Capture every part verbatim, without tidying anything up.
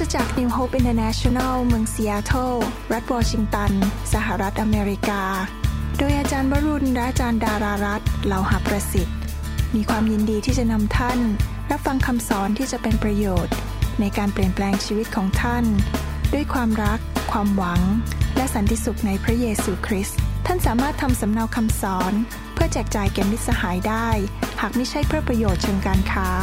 จักร New Hope International เมืองซีแอตเทิลรัฐวอชิงตันสหรัฐอเมริกาโดยอาจารย์วรุณและอาจารย์ดารารัตน์เหล่าหประสิทธิ์มีความยินดีที่จะนำท่านรับฟังคำสอนที่จะเป็นประโยชน์ในการเปลี่ยนแปลงชีวิตของท่านด้วยความรักความหวังและสันติสุขในพระเยซูคริสต์ท่านสามารถทำสำเนาคำสอนเพื่อแจกจ่ายแก่มิตรสหายได้หากไม่ใช่เพื่อประโยชน์เชิงการค้า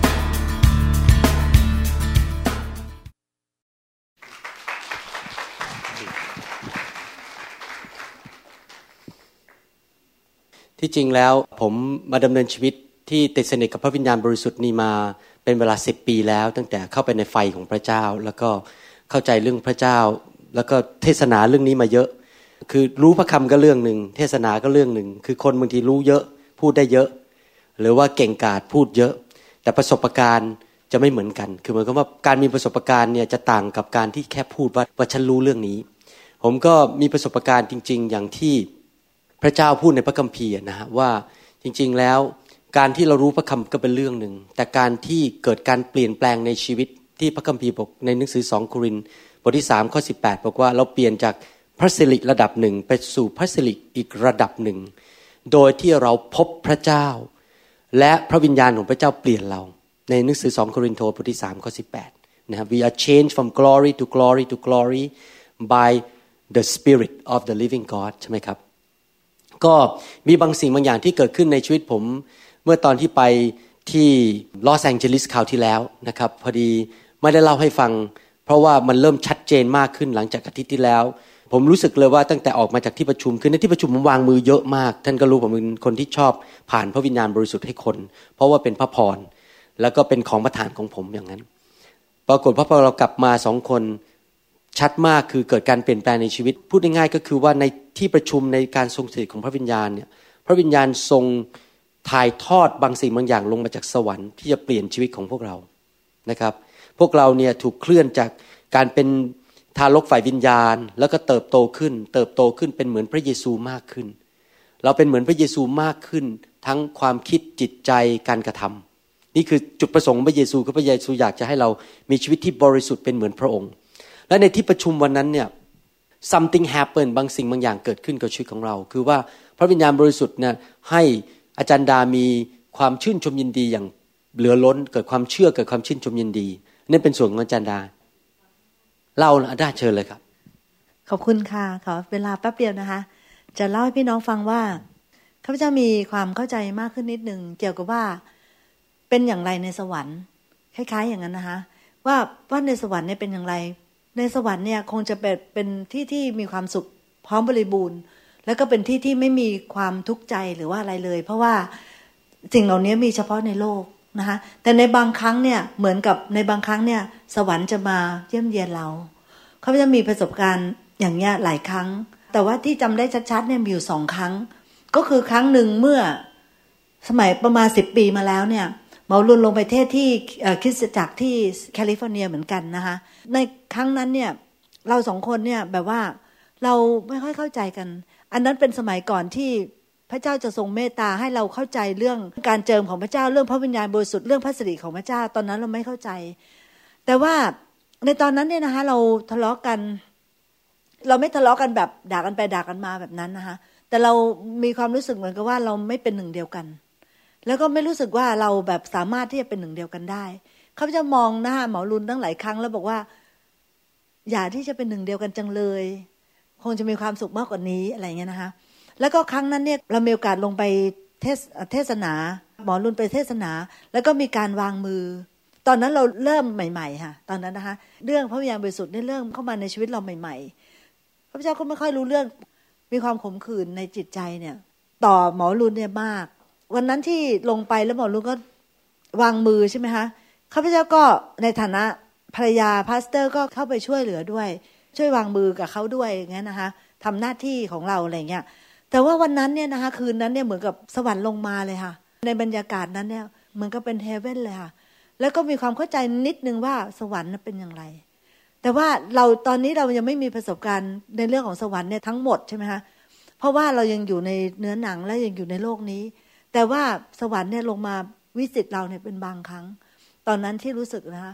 ที่จริงแล้วผมมาดำเนินชีวิตที่ติดสนิทกับพระวิญญาณบริสุทธิ์นี่มาเป็นเวลาสิบปีแล้วตั้งแต่เข้าไปในไฟของพระเจ้าแล้วก็เข้าใจเรื่องพระเจ้าแล้วก็เทศนาเรื่องนี้มาเยอะคือรู้พระคำก็เรื่องนึงเทศนาก็เรื่องนึงคือคนบางทีรู้เยอะพูดได้เยอะหรือว่าเก่งกาจพูดเยอะแต่ประสบการณ์จะไม่เหมือนกันคือหมายความว่าการมีประสบการณ์เนี่ยจะต่างกับการที่แค่พูดว่าว่าฉันรู้เรื่องนี้ผมก็มีประสบการณ์จริงๆอย่างที่พระเจ้าพูดในพระคัมภีร์นะฮะว่าจริงๆแล้วการที่เรารู้พระคำก็เป็นเรื่องนึงแต่การที่เกิดการเปลี่ยนแปลงในชีวิตที่พระคัมภีร์บอกในหนังสือสองโครินธ์บทที่สามข้อสิบแปดบอกว่าเราเปลี่ยนจากพระสิริระดับหนึ่งไปสู่พระสิริอีกระดับหนึ่งโดยที่เราพบพระเจ้าและพระวิญญาณของพระเจ้าเปลี่ยนเราในหนังสือสองโครินธ์บทที่สามข้อสิบแปดนะฮะ we are changed from glory to glory to glory by the spirit of the living God ใช่ไหมครับก็มีบางสิ่งบางอย่างที่เกิดขึ้นในชีวิตผมเมื่อตอนที่ไปที่ลอสแองเจลิสคราวที่แล้วนะครับพอดีไม่ได้เล่าให้ฟังเพราะว่ามันเริ่มชัดเจนมากขึ้นหลังจากอาทิตย์ที่แล้วผมรู้สึกเลยว่าตั้งแต่ออกมาจากที่ประชุมคือในที่ประชุมผมวางมือเยอะมากท่านก็รู้ผมเป็นคนที่ชอบผ่านพระวิญญาณบริสุทธิ์ให้คนเพราะว่าเป็นพระพรแล้วก็เป็นของประทานของผมอย่างนั้นปรากฏพอเรากลับมาสองคนชัดมากคือเกิดการเปลี่ยนแปลงในชีวิตพูดง่ายๆก็คือว่าในที่ประชุมในการทรงสถิตของพระวิญญาณเนี่ยพระวิญญาณทรงถ่ายทอดบางสิ่งบางอย่างลงมาจากสวรรค์ที่จะเปลี่ยนชีวิตของพวกเรานะครับพวกเราเนี่ยถูกเคลื่อนจากการเป็นทารกฝ่ายวิญญาณแล้วก็เติบโตขึ้นเติบโตขึ้นเป็นเหมือนพระเยซูมากขึ้นเราเป็นเหมือนพระเยซูมากขึ้นทั้งความคิดจิตใจการกระทำนี่คือจุดประสงค์ของพระเยซูคือพระเยซูอยากจะให้เรามีชีวิตที่บริสุทธิ์เป็นเหมือนพระองค์และในที่ประชุมวันนั้นเนี่ย something happen บางสิ่งบางอย่างเกิดขึ้นกับชีวิตของเราคือว่าพระวิญญาณบริสุทธิ์เนี่ยให้อาจารย์ดามีความชื่นชมยินดีอย่างเหลือล้นเกิดความเชื่อเกิดความชื่นชมยินดีนี่เป็นส่วนของอาจารย์ดาเล่าได้เชิญเลยครับขอบคุณค่ะขอเวลาแป๊บเดียวนะคะจะเล่าให้พี่น้องฟังว่าข้าพเจ้ามีความเข้าใจมากขึ้นนิดนึงเกี่ยวกับว่าเป็นอย่างไรในสวรรค์คล้ายๆอย่างนั้นนะคะว่าว่าในสวรรค์เนี่ยเป็นอย่างไรในสวรรค์เนี่ยคงจะเป็นเป็นที่ที่มีความสุขพร้อมบริบูรณ์แล้วก็เป็นที่ที่ไม่มีความทุกข์ใจหรือว่าอะไรเลยเพราะว่าสิ่งเหล่านี้มีเฉพาะในโลกนะคะแต่ในบางครั้งเนี่ยเหมือนกับในบางครั้งเนี่ยสวรรค์จะมาเยี่ยมเยียนเราเขาจะมีประสบการณ์อย่างเงี้ยหลายครั้งแต่ว่าที่จำได้ชัดๆเนี่ยมีอยู่สองครั้งก็คือครั้งหนึ่งเมื่อสมัยประมาณสิบปีมาแล้วเนี่ยหมอรุนลงไปเทศที่คริสตจักรที่แคลิฟอร์เนียเหมือนกันนะคะในครั้งนั้นเนี่ยเราสองคนเนี่ยแบบว่าเราไม่ค่อยเข้าใจกันอันนั้นเป็นสมัยก่อนที่พระเจ้าจะทรงเมตตาให้เราเข้าใจเรื่องการเจิมของพระเจ้าเรื่องพระวิญญาณบริสุทธิ์เรื่องพระสิริของพระเจ้าตอนนั้นเราไม่เข้าใจแต่ว่าในตอนนั้นเนี่ยนะคะเราทะเลาะกันเราไม่ทะเลาะกันแบบด่ากันไปด่ากันมาแบบนั้นนะคะแต่เรามีความรู้สึกเหมือนกับว่าเราไม่เป็นหนึ่งเดียวกันแล้วก็ไม่รู้สึกว่าเราแบบสามารถที่จะเป็นหนึ่งเดียวกันได้ข้าพเจ้ามองหน้าหมอรุนตั้งหลายครั้งแล้วบอกว่าอย่าที่จะเป็นหนึ่งเดียวกันจังเลยคงจะมีความสุขมากกว่านี้อะไรเงี้ยนะคะแล้วก็ครั้งนั้นเนี่ยเรามีโอกาสลงไปเทศเทศนาหมอรุนไปเทศนาแล้วก็มีการวางมือตอนนั้นเราเริ่มใหม่ๆค่ะตอนนั้นนะคะเรื่องพระวิญญาณบริสุทธิ์นี่เริ่มเข้ามาในชีวิตเราใหม่ๆพระเจ้าก็ไม่ค่อยรู้เรื่องมีความขมขื่นในจิตใจเนี่ยต่อหมอรุนเนี่ยมากวันนั้นที่ลงไปแล้วหมอรุนก็วางมือใช่ไหมคะข้าพเจ้าก็ในฐานะภรรยาพาสเตอร์ก็เข้าไปช่วยเหลือด้วยช่วยวางมือกับเขาด้วยอย่างเงี้ยนะคะทำหน้าที่ของเราอะไรเงี้ยแต่ว่าวันนั้นเนี่ยนะคะคืนนั้นเนี่ยเหมือนกับสวรรค์ลงมาเลยค่ะในบรรยากาศนั้นเนี่ยเหมือนกับเป็นเฮเว่นเลยค่ะแล้วก็มีความเข้าใจนิดนึงว่าสวรรค์เป็นอย่างไรแต่ว่าเราตอนนี้เรายังไม่มีประสบการณ์ในเรื่องของสวรรค์เนี่ยทั้งหมดใช่ไหมคะเพราะว่าเรายังอยู่ในเนื้อหนังและยังอยู่ในโลกนี้แต่ว่าสวรรค์เนี่ยลงมาวิสิตเราเนี่ยเป็นบางครั้งตอนนั้นที่รู้สึกนะคะ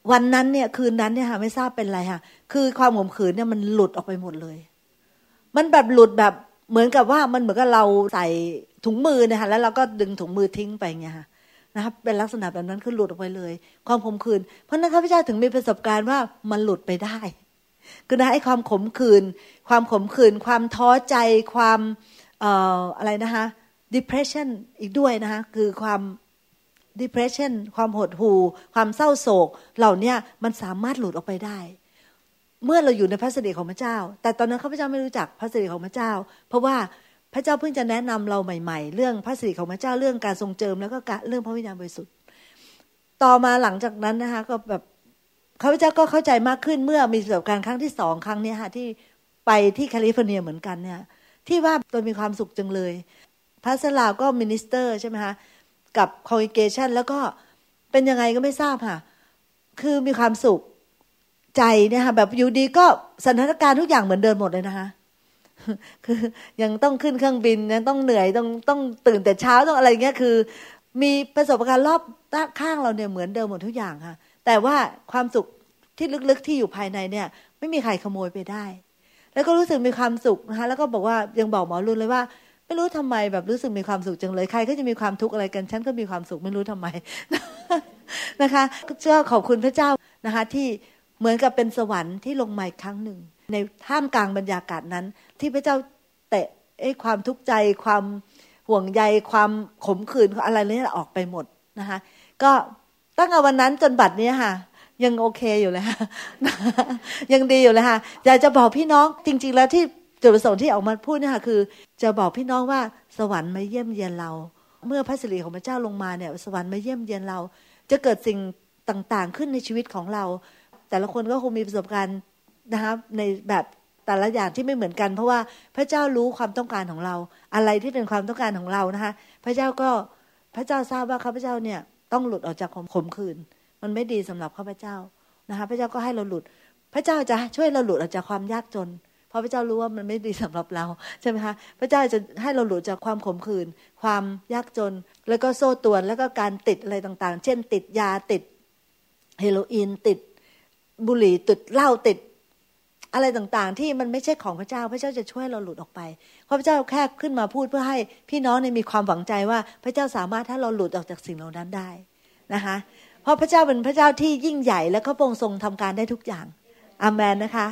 วันนั้นเนี่ยคืนนั้นเนี่ยค่ะไม่ทราบเป็นไรค่ะคือความข่มขืนเนี่ยมันหลุดออกไปหมดเลยมันแบบหลุดแบบเหมือนกับว่ามันเหมือนกับเราใส่ถุงมือนะคะแล้วเราก็ดึงถุงมือทิ้งไปเงี้ยค่ะนะครับเป็นลักษณะแบบนั้นคือหลุดออกไปเลยความข่มขืนเพราะนั้นข้าพเจ้าถึงมีประสบการณ์ว่ามันหลุดไปได้คือนะไอ้ความขมขื่นความขมขื่นความท้อใจความเอ่ออะไรนะคะ depression อีกด้วยนะคะคือความ depression ความหดหู่ความเศร้าโศกเหล่านี้มันสามารถหลุดออกไปได้เมื่อเราอยู่ในพระสิริของพระเจ้าแต่ตอนนั้นข้าพเจ้าไม่รู้จักพระสิริของพระเจ้าเพราะว่าพระเจ้าเพิ่งจะแนะนำเราใหม่ๆเรื่องพระสิริของพระเจ้าเรื่องการทรงเจิมแล้วก็เรื่องพระวิญญาณบริสุทธิ์ต่อมาหลังจากนั้นนะคะก็แบบข้าพเจ้าก็เข้าใจมากขึ้นเมื่อมีประสบการณ์ครั้งที่สองครั้งนี้ค่ะที่ไปที่แคลิฟอร์เนียเหมือนกันเนี่ยที่ว่าตัวมีความสุขจังเลยพระสลาก็มินิสเตอร์ใช่ไหมคะกับคองเกเรชันแล้วก็เป็นยังไงก็ไม่ทราบค่ะคือมีความสุขใจเนี่ยค่ะแบบอยู่ดีก็สถานการณ์ทุกอย่างเหมือนเดิมหมดเลยนะคะคือยังต้องขึ้นเครื่องบินยังต้องเหนื่อยต้องต้องตื่นแต่เช้าต้องอะไรเงี้ยคือมีประสบการณ์รอบข้างเราเนี่ยเหมือนเดิมหมดทุกอย่างค่ะแต่ว่าความสุขที่ลึกๆที่อยู่ภายในเนี่ยไม่มีใครขโมยไปได้แล้วก็รู้สึกมีความสุขนะคะแล้วก็บอกว่ายังบอกหมอรุนเลยว่าไม่รู้ทำไมแบบรู้สึกมีความสุขจังเลยใครก็จะมีความทุกข์อะไรกันฉันก็มีความสุขไม่รู้ทำไมนะคะเชื่อขอบคุณพระเจ้านะคะที่เหมือนกับเป็นสวรรค์ที่ลงมาอีกครั้งหนึ่งในท่ามกลางบรรยากาศนั้นที่พระเจ้าเตะไอ้ความทุกข์ใจความห่วงใยความขมขื่นอะไรนี่ออกไปหมดนะคะก็ตั้งแต่วันนั้นจนบัดนี้ค่ะยังโอเคอยู่เลยค่ะยังดีอยู่เลยค่ะอยากจะบอกพี่น้องจริงๆแล้วที่จุดประสงค์ที่ออกมาพูดเนี่ยค่ะคือจะบอกพี่น้องว่าสวรรค์มาเยี่ยมเยียนเราเมื่อพระสิริของพระเจ้าลงมาเนี่ยสวรรค์มาเยี่ยมเยียนเราจะเกิดสิ่งต่างๆขึ้นในชีวิตของเราแต่ละคนก็คงมีประสบการณ์นะคะในแบบแต่ละอย่างที่ไม่เหมือนกันเพราะว่าพระเจ้ารู้ความต้องการของเราอะไรที่เป็นความต้องการของเรานะคะพระเจ้าก็พระเจ้าทราบว่าข้าพเจ้าเนี่ยต้องหลุดออกจากความขมขื่นมันไม่ดีสำหรับข้าพเจ้านะคะพระเจ้าก็ให้เราหลุดพระเจ้าจะช่วยเราหลุดออกจากความยากจนเพราะพระเจ้ารู้ว่ามันไม่ดีสำหรับเราใช่ไหมคะพระเจ้าจะให้เราหลุดจากความขมขื่นความยากจนแล้วก็โซ่ตรวนแล้วก็การติดอะไรต่างๆเช่นติดยาติดเฮโรอีนติดบุหรี่ติดเหล้าติดอะไรต่างๆที่มันไม่ใช่ของพระเจ้าพระเจ้าจะช่วยเราหลุดออกไปเพราะพระเจ้าแค่ขึ้นมาพูดเพื่อให้พี่น้องเนี่ยมีความหวังใจว่าพระเจ้าสามารถให้เราหลุดออกจากสิ่งเหล่านั้นได้นะคะเพราะพระเจ้าเป็นพระเจ้าที่ยิ่งใหญ่และพระองค์ทรงทำการได้ทุกอย่างอาเมนนะคะ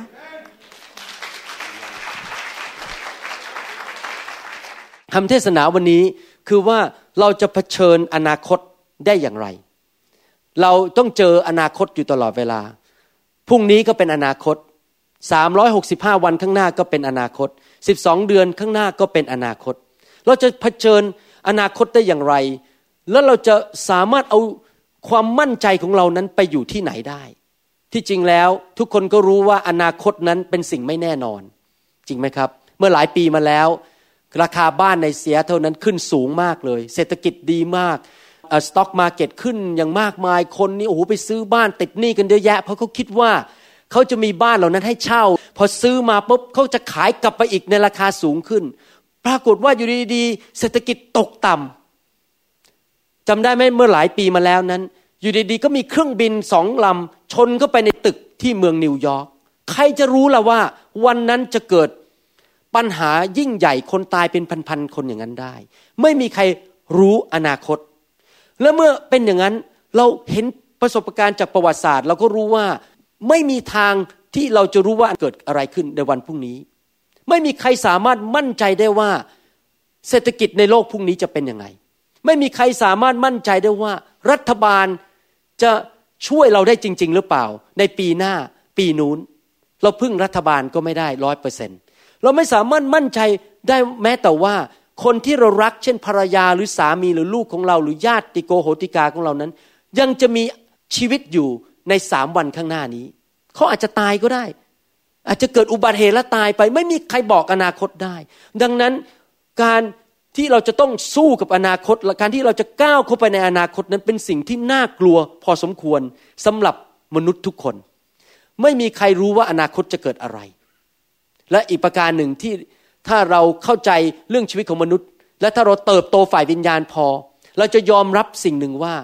คำเทศนาวันนี้คือว่าเราจะเผชิญอนาคตได้อย่างไรเราต้องเจออนาคตอยู่ตลอดเวลาพรุ่งนี้ก็เป็นอนาคตสามร้อยหกสิบห้าวันข้างหน้าก็เป็นอนาคตสิบสองเดือนข้างหน้าก็เป็นอนาคตเราจะเผชิญอนาคตได้อย่างไรแล้วเราจะสามารถเอาความมั่นใจของเรานั้นไปอยู่ที่ไหนได้ที่จริงแล้วทุกคนก็รู้ว่าอนาคตนั้นเป็นสิ่งไม่แน่นอนจริงไหมครับเมื่อหลายปีมาแล้วราคาบ้านในเซียเท่านั้นขึ้นสูงมากเลยเศรษฐกิจดีมากสต็อกมาร์เก็ตขึ้นอย่างมากมายคนนี่โอ้โหไปซื้อบ้านติดหนี้กันเยอะแยะเพราะเขาคิดว่าเขาจะมีบ้านเหล่านั้นให้เช่าพอซื้อมาปุ๊บเขาจะขายกลับไปอีกในราคาสูงขึ้นปรากฏว่าอยู่ดีๆเศรษฐกิจตกต่ำจำได้ไหมเมื่อหลายปีมาแล้วนั้นอยู่ดีๆก็มีเครื่องบินสองลำชนเข้าไปในตึกที่เมืองนิวยอร์กใครจะรู้ล่ะว่าวันนั้นจะเกิดปัญหายิ่งใหญ่คนตายเป็นพันๆคนอย่างนั้นได้ไม่มีใครรู้อนาคตและเมื่อเป็นอย่างนั้นเราเห็นประสบการณ์จากประวัติศาสตร์เราก็รู้ว่าไม่มีทางที่เราจะรู้ว่าเกิดอะไรขึ้นในวันพรุ่งนี้ไม่มีใครสามารถมั่นใจได้ว่าเศรษฐกิจในโลกพรุ่งนี้จะเป็นยังไงไม่มีใครสามารถมั่นใจได้ว่ารัฐบาลจะช่วยเราได้จริงๆหรือเปล่าในปีหน้าปีนู้นเราพึ่งรัฐบาลก็ไม่ได้ ร้อยเปอร์เซ็นต์ เราไม่สามารถมั่นใจได้แม้แต่ว่าคนที่เรารักเช่นภรรยาหรือสามีหรือลูกของเราหรือญาติโกโหติกาของเรานั้นยังจะมีชีวิตอยู่ในสามวันข้างหน้านี้เขาอาจจะตายก็ได้อาจจะเกิดอุบัติเหตุและตายไปไม่มีใครบอกอนาคตได้ดังนั้นการที่เราจะต้องสู้กับอนาคตและการที่เราจะก้าวเข้าไปในอนาคตนั้นเป็นสิ่งที่น่ากลัวพอสมควรสำหรับมนุษย์ทุกคนไม่มีใครรู้ว่าอนาคตจะเกิดอะไรและอีกประการหนึ่งที่ถ้าเราเข้าใจเรื่องชีวิตของมนุษย์และถ้าเราเติบโตฝ่ายวิญญาณพอเราจะยอมรับสิ่งหนึ่งว่า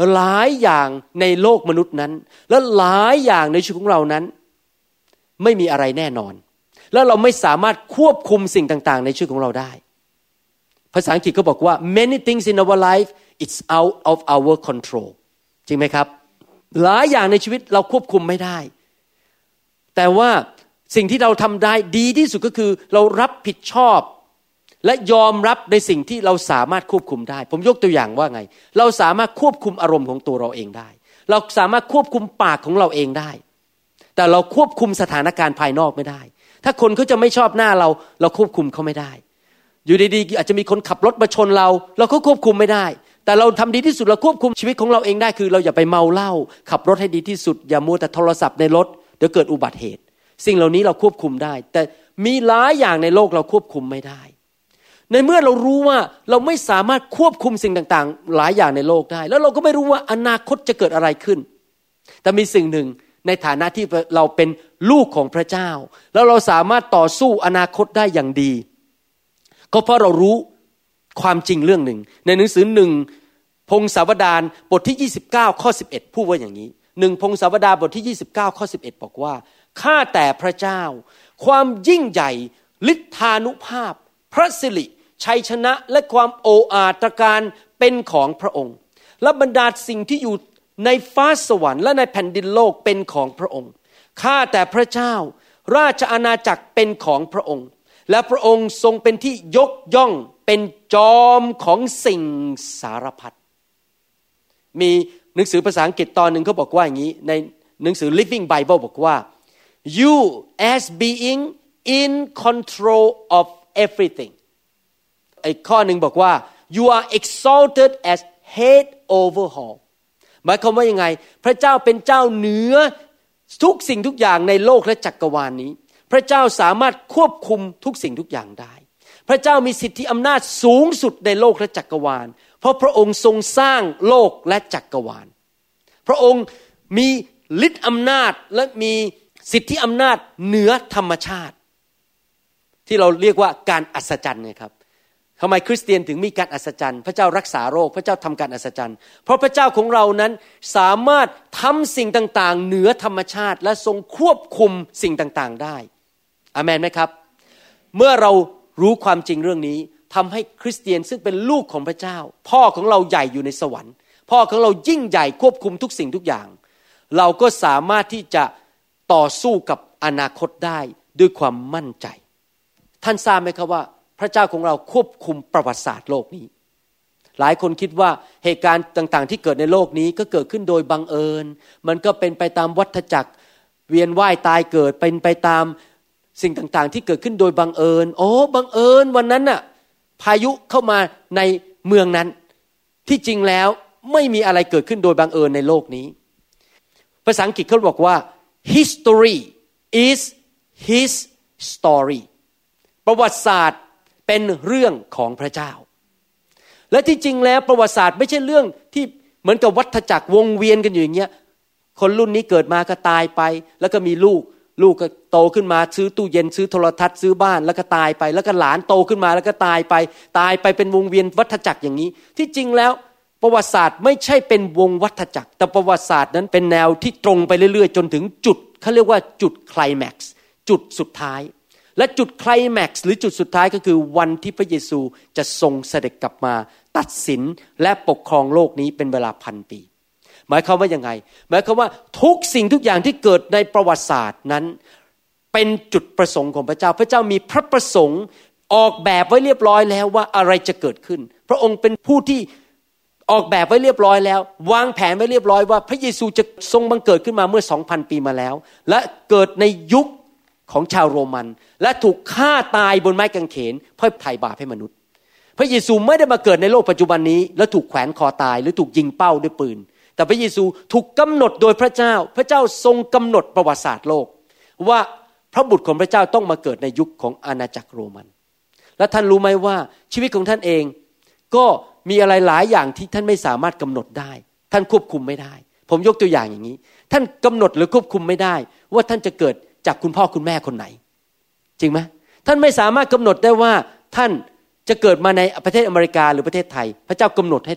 หลายอย่างในโลกมนุษย์นั้นและหลายอย่างในชีวิตของเรานั้นไม่มีอะไรแน่นอนแล้วเราไม่สามารถควบคุมสิ่งต่างๆในชีวิตของเราได้ภาษาอังกฤษก็บอกว่า many things in our life it's out of our control จริงไหมครับหลายอย่างในชีวิตเราควบคุมไม่ได้แต่ว่าสิ่งที่เราทำได้ดีที่สุดก็คือเรารับผิดชอบและยอมรับในสิ่งที่เราสามารถควบคุมได้ผมยกตัวอย่างว่าไงเราสามารถควบคุมอารมณ์ของตัวเราเองได้เราสามารถควบคุมปากของเราเองได้แต่เราควบคุมสถานการณ์ภายนอกไม่ได้ถ้าคนเขาจะไม่ชอบหน้าเราเราควบคุมเขาไม่ได้อยู่ดีๆอาจจะมีคนขับรถมาชนเราเราก็ควบคุมไม่ได้แต่เราทำดีที่สุดเราควบคุมชีวิตของเราเองได้คือเราอย่าไปเมาเหล้าขับรถให้ดีที่สุดอย่ามัวแต่โทรศัพท์ในรถเดี๋ยวเกิดอุบัติเหตุสิ่งเหล่านี้เราควบคุมได้แต่มีหลายอย่างในโลกเราควบคุมไม่ได้ในเมื่อเรารู้ว่าเราไม่สามารถควบคุมสิ่งต่างๆหลายอย่างในโลกได้แล้วเราก็ไม่รู้ว่าอนาคตจะเกิดอะไรขึ้นแต่มีสิ่งหนึ่งในฐานะที่เราเป็นลูกของพระเจ้าแล้วเราสามารถต่อสู้อนาคตได้อย่างดีก็เพราะเรารู้ความจริงเรื่องหนึ่งในหนังสือหนึ่งพงศาวดารบทที่ยี่สิบเก้าข้อสิบเอ็ดพูดว่าอย่างนี้หนึ่งพงศาวดารบทที่ยี่สิบเก้าข้อสิบเอ็ดบอกว่าข้าแต่พระเจ้าความยิ่งใหญ่ฤทธานุภาพพระสิริชัยชนะและความโอ้อาตรการเป็นของพระองค์และบรรดาสิ่งที่อยู่ในฟ้าสวรรค์และในแผ่นดินโลกเป็นของพระองค์ข้าแต่พระเจ้าราชอาณาจักรเป็นของพระองค์และพระองค์ทรงเป็นที่ยกย่องเป็นจอมของสิ่งสารพัดมีหนังสือภาษาอังกฤษตอนหนึ่งเขาบอกว่าอย่างนี้ในหนังสือ Living Bible บอกว่า you as being in control of everything อีกข้อหนึ่งบอกว่า you are exalted as head over all หมายความว่ายังไงพระเจ้าเป็นเจ้าเหนือทุกสิ่งทุกอย่างในโลกและจักรวาลนี้พระเจ้าสามารถควบคุมทุกสิ่งทุกอย่างได้พระเจ้ามีสิทธิอำนาจสูงสุดในโลกและจักรวาลเพราะพระองค์ทรงสร้างโลกและจักรวาลพระองค์มีฤทธิอำนาจและมีสิทธิอำนาจเหนือธรรมชาติที่เราเรียกว่าการอัศจรรย์ไงครับทำไมคริสเตียนถึงมีการอัศจรรย์พระเจ้ารักษาโรคพระเจ้าทำการอัศจรรย์เพราะพระเจ้าของเรานั้นสามารถทำสิ่งต่างๆเหนือธรรมชาติและทรงควบคุมสิ่งต่างๆได้อาเมนไหมครับเมื่อเรารู้ความจริงเรื่องนี้ทำให้คริสเตียนซึ่งเป็นลูกของพระเจ้าพ่อของเราใหญ่อยู่ในสวรรค์พ่อของเรายิ่งใหญ่ควบคุมทุกสิ่งทุกอย่างเราก็สามารถที่จะต่อสู้กับอนาคตได้ด้วยความมั่นใจท่านทราบไหมครับว่าพระเจ้าของเราควบคุมประวัติศาสตร์โลกนี้หลายคนคิดว่าเหตุการณ์ต่างๆที่เกิดในโลกนี้ก็เกิดขึ้นโดยบังเอิญมันก็เป็นไปตามวัฏจักรเวียนว่ายตายเกิดเป็นไปตามสิ่งต่างๆที่เกิดขึ้นโดยบังเอิญโอ้บังเอิญวันนั้นน่ะพายุเข้ามาในเมืองนั้นที่จริงแล้วไม่มีอะไรเกิดขึ้นโดยบังเอิญในโลกนี้ภาษาอังกฤษเขาบอกว่า history is his story ประวัติศาสตร์เป็นเรื่องของพระเจ้าและที่จริงแล้วประวัติศาสตร์ไม่ใช่เรื่องที่เหมือนกับวัฏจักรวงเวียนกันอยู่อย่างเงี้ยคนรุ่นนี้เกิดมาก็ตายไปแล้วก็มีลูกลูกก็โตขึ้นมาซื้อตู้เย็นซื้อโทรทัศน์ซื้อบ้านแล้วก็ตายไปแล้วก็หลานโตขึ้นมาแล้วก็ตายไปตายไปเป็นวงเวียนวัฏจักรอย่างนี้ที่จริงแล้วประวัติศาสตร์ไม่ใช่เป็นวงวัฏจักรแต่ประวัติศาสตร์นั้นเป็นแนวที่ตรงไปเรื่อยๆจนถึงจุดเขาเรียกว่าจุดไคลแม็กซ์จุดสุดท้ายและจุดไคลแม็กซ์หรือจุดสุดท้ายก็คือวันที่พระเยซูจะทรงเสด็จกลับมาตัดสินและปกครองโลกนี้เป็นเวลาพันปีหมายความว่ายังไงหมายความว่าทุกสิ่งทุกอย่างที่เกิดในประวัติศาสตร์นั้นเป็นจุดประสงค์ของพระเจ้าพระเจ้ามีพระประสงค์ออกแบบไว้เรียบร้อยแล้วว่าอะไรจะเกิดขึ้นพระองค์เป็นผู้ที่ออกแบบไว้เรียบร้อยแล้ววางแผนไว้เรียบร้อยว่าพระเยซูจะทรงบังเกิดขึ้นมาเมื่อ สองพัน ปีมาแล้วและเกิดในยุคของชาวโรมันและถูกฆ่าตายบนไม้กางเขนเพื่อไถ่บาปให้มนุษย์พระเยซูไม่ได้มาเกิดในโลกปัจจุบันนี้แล้วถูกแขวนคอตายหรือถูกยิงเป้าด้วยปืนแต่พระเยซูถูกกำหนดโดยพระเจ้าพระเจ้าทรงกำหนดประวัติศาสตร์โลกว่าพระบุตรของพระเจ้าต้องมาเกิดในยุคของอาณาจักรโรมันและท่านรู้ไหมว่าชีวิตของท่านเองก็มีอะไรหลายอย่างที่ท่านไม่สามารถกำหนดได้ท่านควบคุมไม่ได้ผมยกตัวอย่างอย่างนี้ท่านกำหนดหรือควบคุมไม่ได้ว่าท่านจะเกิดจากคุณพ่อคุณแม่คนไหนจริงไหมท่านไม่สามารถกำหนดได้ว่าท่านจะเกิดมาในประเทศอเมริกาหรือประเทศไทยพระเจ้ากำหนดให้ท่าน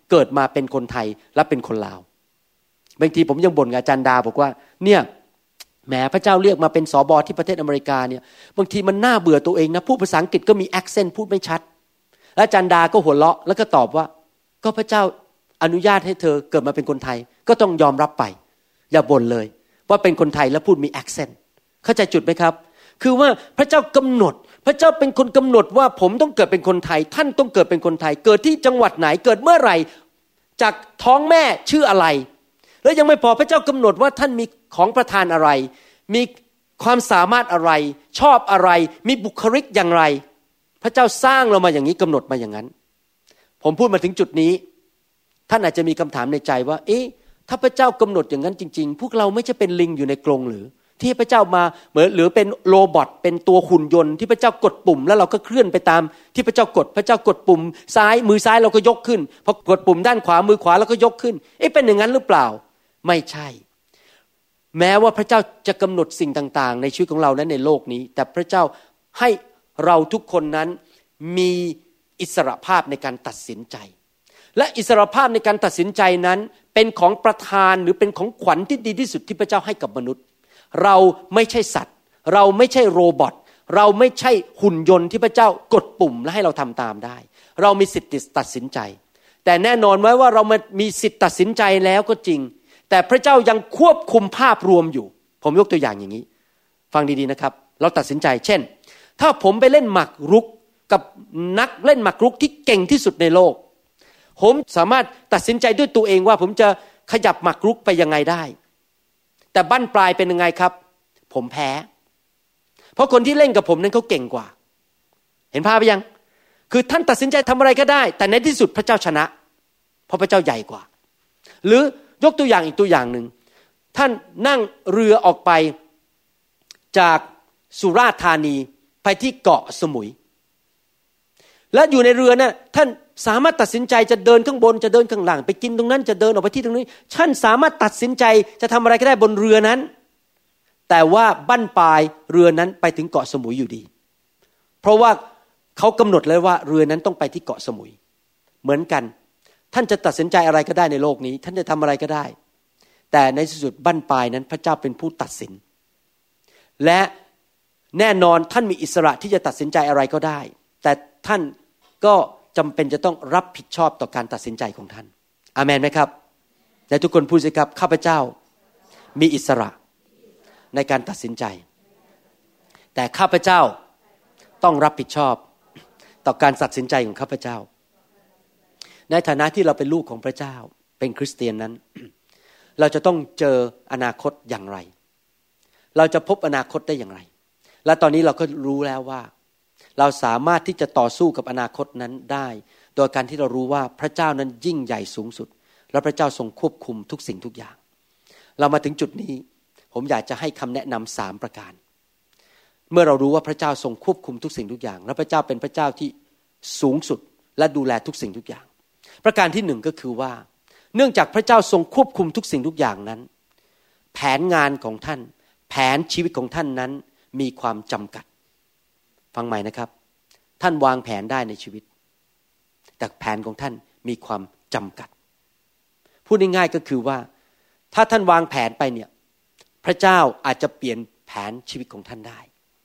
เกิดมาเป็นคนไทยและเป็นคนลาวบางทีผมยังบ่นกับอาจารย์ดาบอกว่าเนี่ยแหมพระเจ้าเรียกมาเป็นสบที่ประเทศอเมริกาเนี่ยบางทีมันน่าเบื่อตัวเองนะพูดภาษาอังกฤษก็มีแอคเซนต์พูดไม่ชัดแล้วอาจารย์ดาก็หัวเราะแล้วก็ตอบว่าก็พระเจ้าอนุญาตให้เธอเกิดมาเป็นคนไทยก็ต้องยอมรับไปอย่าบ่นเลยว่าเป็นคนไทยแล้วพูดมีแอคเซนต์เข้าใจจุดไหมครับคือว่าพระเจ้ากำหนดพระเจ้าเป็นคนกำหนดว่าผมต้องเกิดเป็นคนไทยท่านต้องเกิดเป็นคนไทยเกิดที่จังหวัดไหนเกิดเมื่อไหร่จากท้องแม่ชื่ออะไรแล้วยังไม่พอพระเจ้ากำหนดว่าท่านมีของประทานอะไรมีความสามารถอะไรชอบอะไรมีบุคลิกอย่างไรพระเจ้าสร้างเรามาอย่างนี้กำหนดมาอย่างนั้นผมพูดมาถึงจุดนี้ท่านอาจจะมีคำถามในใจว่าเอ๊ะถ้าพระเจ้ากำหนดอย่างนั้นจริงๆพวกเราไม่ใช่เป็นลิงอยู่ในกรงหรือที่พระเจ้ามาเหมือนหรือเป็นโรบอทเป็นตัวหุ่นยนต์ที่พระเจ้ากดปุ่มแล้วเราก็เคลื่อนไปตามที่พระเจ้ากดพระเจ้ากดปุ่มซ้ายมือซ้ายเราก็ยกขึ้นพอกดปุ่มด้านขวามือขวาเราก็ยกขึ้นเอ๊ะเป็นอย่างนั้นหรือเปล่าไม่ใช่แม้ว่าพระเจ้าจะกำหนดสิ่งต่างๆในชีวิตของเรานั้นในโลกนี้แต่พระเจ้าให้เราทุกคนนั้นมีอิสรภาพในการตัดสินใจและอิสรภาพในการตัดสินใจนั้นเป็นของประทานหรือเป็นของขวัญที่ดีที่สุดที่พระเจ้าให้กับมนุษย์เราไม่ใช่สัตว์เราไม่ใช่โรบอทเราไม่ใช่หุ่นยนต์ที่พระเจ้ากดปุ่มและให้เราทำตามได้เรามีสิทธิ์ตัดสินใจแต่แน่นอนไว้ว่าเรามีสิทธิ์ตัดสินใจแล้วก็จริงแต่พระเจ้ายังควบคุมภาพรวมอยู่ผมยกตัวอย่างอย่างนี้ฟังดีๆนะครับเราตัดสินใจเช่นถ้าผมไปเล่นหมากรุกกับนักเล่นหมากรุกที่เก่งที่สุดในโลกผมสามารถตัดสินใจด้วยตัวเองว่าผมจะขยับหมากรุกไปยังไงได้แต่บั้นปลายเป็นยังไงครับผมแพ้เพราะคนที่เล่นกับผมนั้นเขาเก่งกว่าเห็นภาพไหมยังคือท่านตัดสินใจทำอะไรก็ได้แต่ในที่สุดพระเจ้าชนะเพราะพระเจ้าใหญ่กว่าหรือยกตัวอย่างอีกตัวอย่างหนึ่งท่านนั่งเรือออกไปจากสุราษฎร์ธานีไปที่เกาะสมุยและอยู่ในเรือน่ะท่านสามารถตัดสินใจจะเดินข้างบนจะเดินข้างล่างไปกินตรงนั้นจะเดินออกไปที่ตรงนี้ท่านสามารถตัดสินใจจะทำอะไรก็ได้บนเรือนั้นแต่ว่าบั้นปลายเรือนั้นไปถึงเกาะสมุยอยู่ดีเพราะว่าเขากำหนดเลยว่าเรือนั้นต้องไปที่เกาะสมุยเหมือนกันท่านจะตัดสินใจอะไรก็ได้ในโลกนี้ท่านจะทำอะไรก็ได้แต่ในที่สุดบั้นปลายนั้นพระเจ้าเป็นผู้ตัดสินและแน่นอนท่านมีอิสระที่จะตัดสินใจอะไรก็ได้แต่ท่านก็จำเป็นจะต้องรับผิดชอบต่อการตัดสินใจของท่านอาเมนไหมครับและทุกคนพูดสิครับข้าพเจ้ามีอิสระในการตัดสินใจแต่ข้าพเจ้าต้องรับผิดชอบต่อการตัดสินใจของข้าพเจ้าในฐานะที่เราเป็นลูกของพระเจ้าเป็นคริสเตียนนั้น เราจะต้องเจออนาคตอย่างไรเราจะพบอนาคตได้อย่างไรและตอนนี้เราก็รู้แล้วว่าเราสามารถที่จะต่อสู้กับอนาคตนั้นได้โดยการที่เรารู้ว่าพระเจ้านั้นยิ่งใหญ่สูงสุดและพระเจ้าทรงควบคุมทุกสิ่งทุกอย่างเรามาถึงจุดนี้ผมอยากจะให้คำแนะนำสามประการเมื่อเรารู้ว่าพระเจ้าทรงควบคุมทุกสิ่งทุกอย่างและพระเจ้าเป็นพระเจ้าที่สูงสุดและดูแลทุกสิ่งทุกอย่างประการที่หนึ่งก็คือว่าเนื่องจากพระเจ้าทรงควบคุมทุกสิ่งทุกอย่างนั้นแผนงานของท่านแผนชีวิตของท่านนั้นมีความจำกัดฟังใหม่นะครับท่านวางแผนได้ในชีวิตแต่แผนของท่านมีความจำกัดพูดง่ายๆก็คือว่าถ้าท่านวางแผนไปเนี่ยพระเจ้าอาจจะเปลี่ยนแผนชีวิตของท่านได้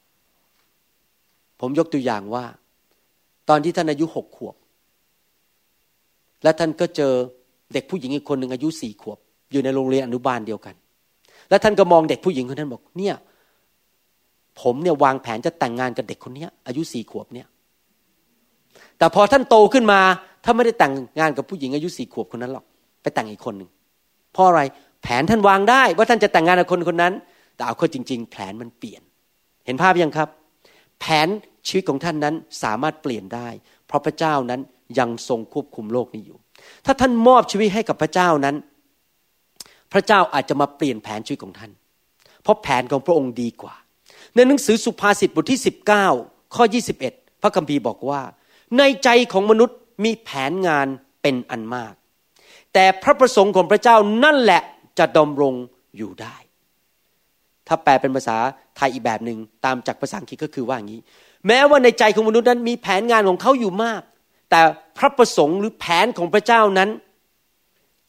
ผมยกตัวอย่างว่าตอนที่ท่านอายุหกขวบและท่านก็เจอเด็กผู้หญิงอีกคนหนึ่งอายุสี่ขวบอยู่ในโรงเรียนอนุบาลเดียวกันและท่านก็มองเด็กผู้หญิงคนนั้นบอกเนี่ยผมเนี่ยวางแผนจะแต่งงานกับเด็กคนนี้อายุสี่ขวบเนี่ยแต่พอท่านโตขึ้นมาท่านไม่ได้แต่งงานกับผู้หญิงอายุสี่ขวบคนนั้นหรอกไปแต่งอีกคนหนึ่งเพราะอะไรแผนท่านวางได้ว่าท่านจะแต่งงานกับคนคนนั้นแต่เอาเข้าจริงๆแผนมันเปลี่ยนเห็นภาพยังครับแผนชีวิตของท่านนั้นสามารถเปลี่ยนได้เพราะพระเจ้านั้นยังทรงควบคุมโลกนี้อยู่ถ้าท่านมอบชีวิตให้กับพระเจ้านั้นพระเจ้าอาจจะมาเปลี่ยนแผนชีวิตของท่านเพราะแผนของพระองค์ดีกว่าในหนังสือสุภาษิตบทที่สิบเก้าข้อยี่สิบเอ็ดพระคัมภีร์บอกว่าในใจของมนุษย์มีแผนงานเป็นอันมากแต่พระประสงค์ของพระเจ้านั่นแหละจะดำรงอยู่ได้ถ้าแปลเป็นภาษาไทยอีกแบบนึงตามจากภาษาอังกฤษก็คือว่าอย่างนี้แม้ว่าในใจของมนุษย์นั้นมีแผนงานของเขาอยู่มากแต่พระประสงค์หรือแผนของพระเจ้านั้น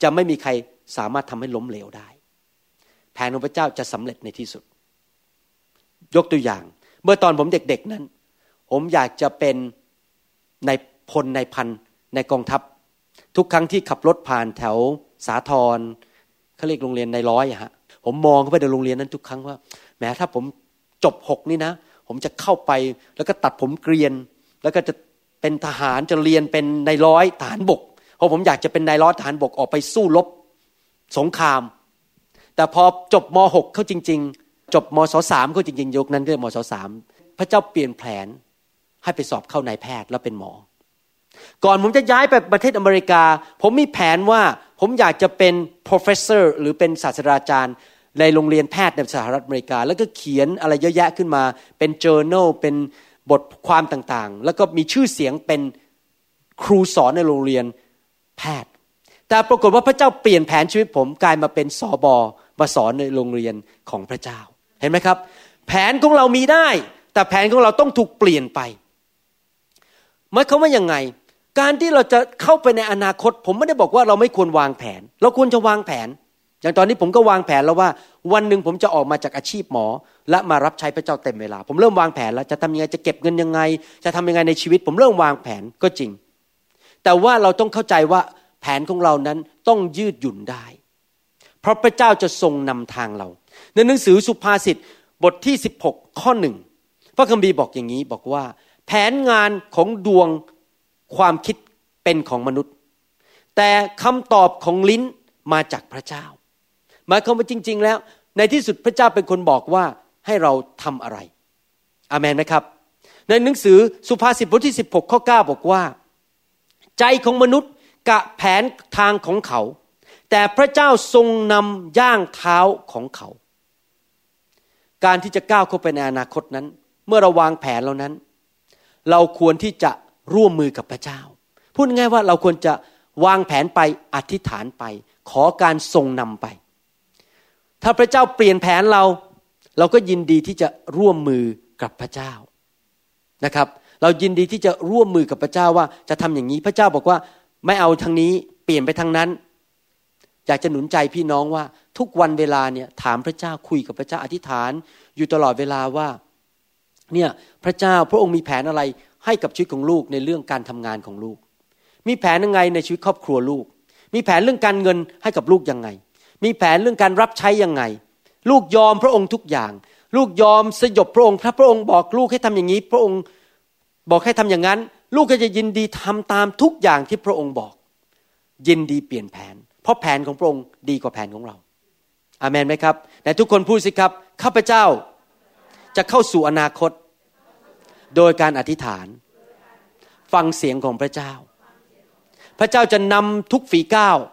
จะไม่มีใครสามารถทำให้ล้มเหลวได้แผนของพระเจ้าจะสำเร็จในที่สุดยกตัวอย่างเมื่อตอนผมเด็กๆนั้นผมอยากจะเป็นนายพลนายพันในกองทัพทุกครั้งที่ขับรถผ่านแถวสาทรเขาเรียกโรงเรียนนายร้อยอะฮะผมมองเข้าไปในโรงเรียนนั้นทุกครั้งว่าแม้ถ้าผมจบหกนี่นะผมจะเข้าไปแล้วก็ตัดผมเกรียนแล้วก็จะเป็นทหารจะเรียนเป็นนายร้อยทหารบกเพราะผมอยากจะเป็นนายร้อยทหารบกออกไปสู้รบสงครามแต่พอจบม.หก เข้าจริงๆจบม.ศ.สาม เข้าจริงๆยกนั้นเรียกม.ศ.สาม พระเจ้าเปลี่ยนแผนให้ไปสอบเข้านายแพทย์แล้วเป็นหมอก่อนผมจะย้ายไปประเทศอเมริกาผมมีแผนว่าผมอยากจะเป็น professor หรือเป็นศาสตราจารย์ในโรงเรียนแพทย์ในสหรัฐอเมริกาแล้วก็เขียนอะไรเยอะแยะขึ้นมาเป็น journal เป็นบทความต่างๆแล้วก็มีชื่อเสียงเป็นครูสอนในโรงเรียนแพทย์แต่ปรากฏว่าพระเจ้าเปลี่ยนแผนชีวิตผมกลายมาเป็นสบมาสอนในโรงเรียนของพระเจ้าเห็นไหมครับแผนของเรามีได้แต่แผนของเราต้องถูกเปลี่ยนไปหมายความว่ายังไงการที่เราจะเข้าไปในอนาคตผมไม่ได้บอกว่าเราไม่ควรวางแผนเราควรจะวางแผนอย่างตอนนี้ผมก็วางแผนแล้วว่าวันหนึ่งผมจะออกมาจากอาชีพหมอและมารับใช้พระเจ้าเต็มเวลาผมเริ่มวางแผนแล้วจะทำยังไงจะเก็บเงินยังไงจะทำยังไงในชีวิตผมเริ่มวางแผนก็จริงแต่ว่าเราต้องเข้าใจว่าแผนของเรานั้นต้องยืดหยุ่นได้เพราะพระเจ้าจะทรงนำทางเราในหนังสือสุภาษิตบทที่สิบหกข้อหนึ่งพระคัมภีร์บอกอย่างนี้บอกว่าแผนงานของดวงความคิดเป็นของมนุษย์แต่คำตอบของลิ้นมาจากพระเจ้าหมายความว่าจริงๆแล้วในที่สุดพระเจ้าเป็นคนบอกว่าให้เราทำอะไรอาเมนไหมครับในหนังสือสุภาษิตบทที่สิบหกข้อเก้าบอกว่าใจของมนุษย์กะแผนทางของเขาแต่พระเจ้าทรงนำย่างเท้าของเขาการที่จะก้าวเข้าไปในอนาคตนั้นเมื่อเราวางแผนแล้วนั้นเราควรที่จะร่วมมือกับพระเจ้าพูดง่ายว่าเราควรจะวางแผนไปอธิษฐานไปขอการทรงนำไปถ้าพระเจ้าเปลี่ยนแผนเราเราก็ยินดีที่จะร่วมมือกับพระเจ้านะครับเรายินดีที่จะร่วมมือกับพระเจ้าว่าจะทำอย่างนี้พระเจ้าบอกว่าไม่เอาทางนี้เปลี่ยนไปทางนั้นอยากจะหนุนใจพี่น้องว่าทุกวันเวลาเนี่ยถามพระเจ้าคุยกับพระเจ้าอธิษฐานอยู่ตลอดเวลาว่าเนี่ยพระเจ้าพระองค์มีแผนอะไรให้กับชีวิตของลูกในเรื่องการทำงานของลูกมีแผนยังไงในชีวิตครอบครัวลูกมีแผนเรื่องการเงินให้กับลูกยังไงมีแผนเรื่องการรับใช้ยังไงลูกยอมพระองค์ทุกอย่างลูกยอมสยบพระองค์ถ้าพระองค์บอกลูกให้ทำอย่างนี้พระองค์บอกให้ทำอย่างนั้นลูกก็จะยินดีทำตามทุกอย่างที่พระองค์บอกยินดีเปลี่ยนแผนเพราะแผนของพระองค์ดีกว่าแผนของเราอาเมนไหมครับแต่ทุกคนพูดสิครับข้าพเจ้าจะเข้าสู่อนาคตโดยการอธิษฐานฟังเสียงของพระเจ้าพระเจ้าจะนำทุกฝีก้าว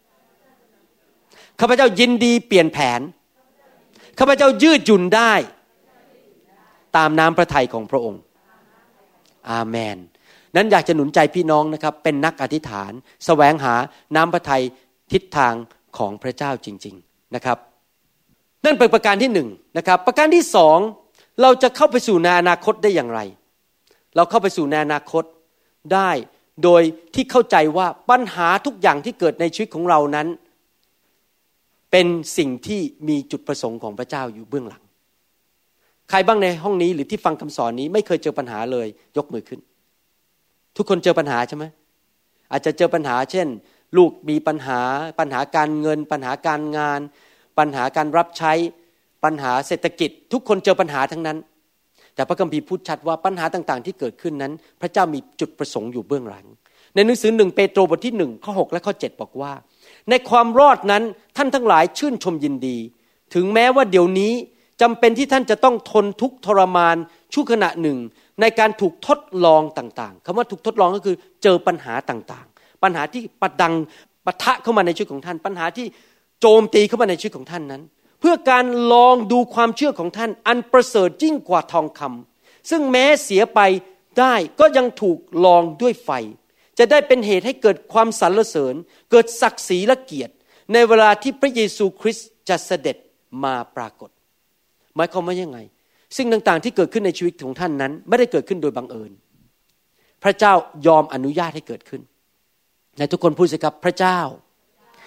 ข้าพเจ้ายินดีเปลี่ยนแผนข้าพเจ้ายืดหยุ่นได้ตามน้ำพระทัยของพระองค์อาเมนนั้นอยากจะหนุนใจพี่น้องนะครับเป็นนักอธิษฐานแสวงหาน้ำพระทัยทิศทางของพระเจ้าจริงๆนะครับนั่นเป็นประการที่หนึ่งนะครับประการที่สองเราจะเข้าไปสู่ในอนาคตได้อย่างไรเราเข้าไปสู่ในอนาคตได้โดยที่เข้าใจว่าปัญหาทุกอย่างที่เกิดในชีวิตของเรานั้นเป็นสิ่งที่มีจุดประสงค์ของพระเจ้าอยู่เบื้องหลังใครบ้างในห้องนี้หรือที่ฟังคำสอนนี้ไม่เคยเจอปัญหาเลยยกมือขึ้นทุกคนเจอปัญหาใช่ไหมอาจจะเจอปัญหาเช่นลูกมีปัญหาปัญหาการเงินปัญหาการงานปัญหาการรับใช้ปัญหาเศรษฐกิจทุกคนเจอปัญหาทั้งนั้นแต่พระคัมภีร์พูดชัดว่าปัญหาต่างๆที่เกิดขึ้นนั้นพระเจ้ามีจุดประสงค์อยู่เบื้องหลังในหนังสือหนึ่งเปโตรบทที่หนึ่งข้อหกและข้อเจ็ดบอกว่าในความรอดนั้นท่านทั้งหลายชื่นชมยินดีถึงแม้ว่าเดี๋ยวนี้จำเป็นที่ท่านจะต้องทนทุกข์ทรมานชั่วขณะหนึ่งในการถูกทดลองต่างๆคำว่าถูกทดลองก็คือเจอปัญหาต่างๆปัญหาที่ประดังปะทะเข้ามาในชีวิตของท่านปัญหาที่โจมตีเข้ามาในชีวิตของท่านนั้นเพื่อการลองดูความเชื่อของท่านอันประเสริฐยิ่งกว่าทองคำซึ่งแม้เสียไปได้ก็ยังถูกลองด้วยไฟจะได้เป็นเหตุให้เกิดความสรรเสริญเกิดศักดิ์ศรีและเกียรติในเวลาที่พระเยซูคริสต์จะเสด็จมาปรากฏหมายความว่ายังไงสิ่งต่างๆที่เกิดขึ้นในชีวิตของท่านนั้นไม่ได้เกิดขึ้นโดยบังเอิญพระเจ้ายอมอนุญาตให้เกิดขึ้นในทุกคนพูดสิครับพระเจ้า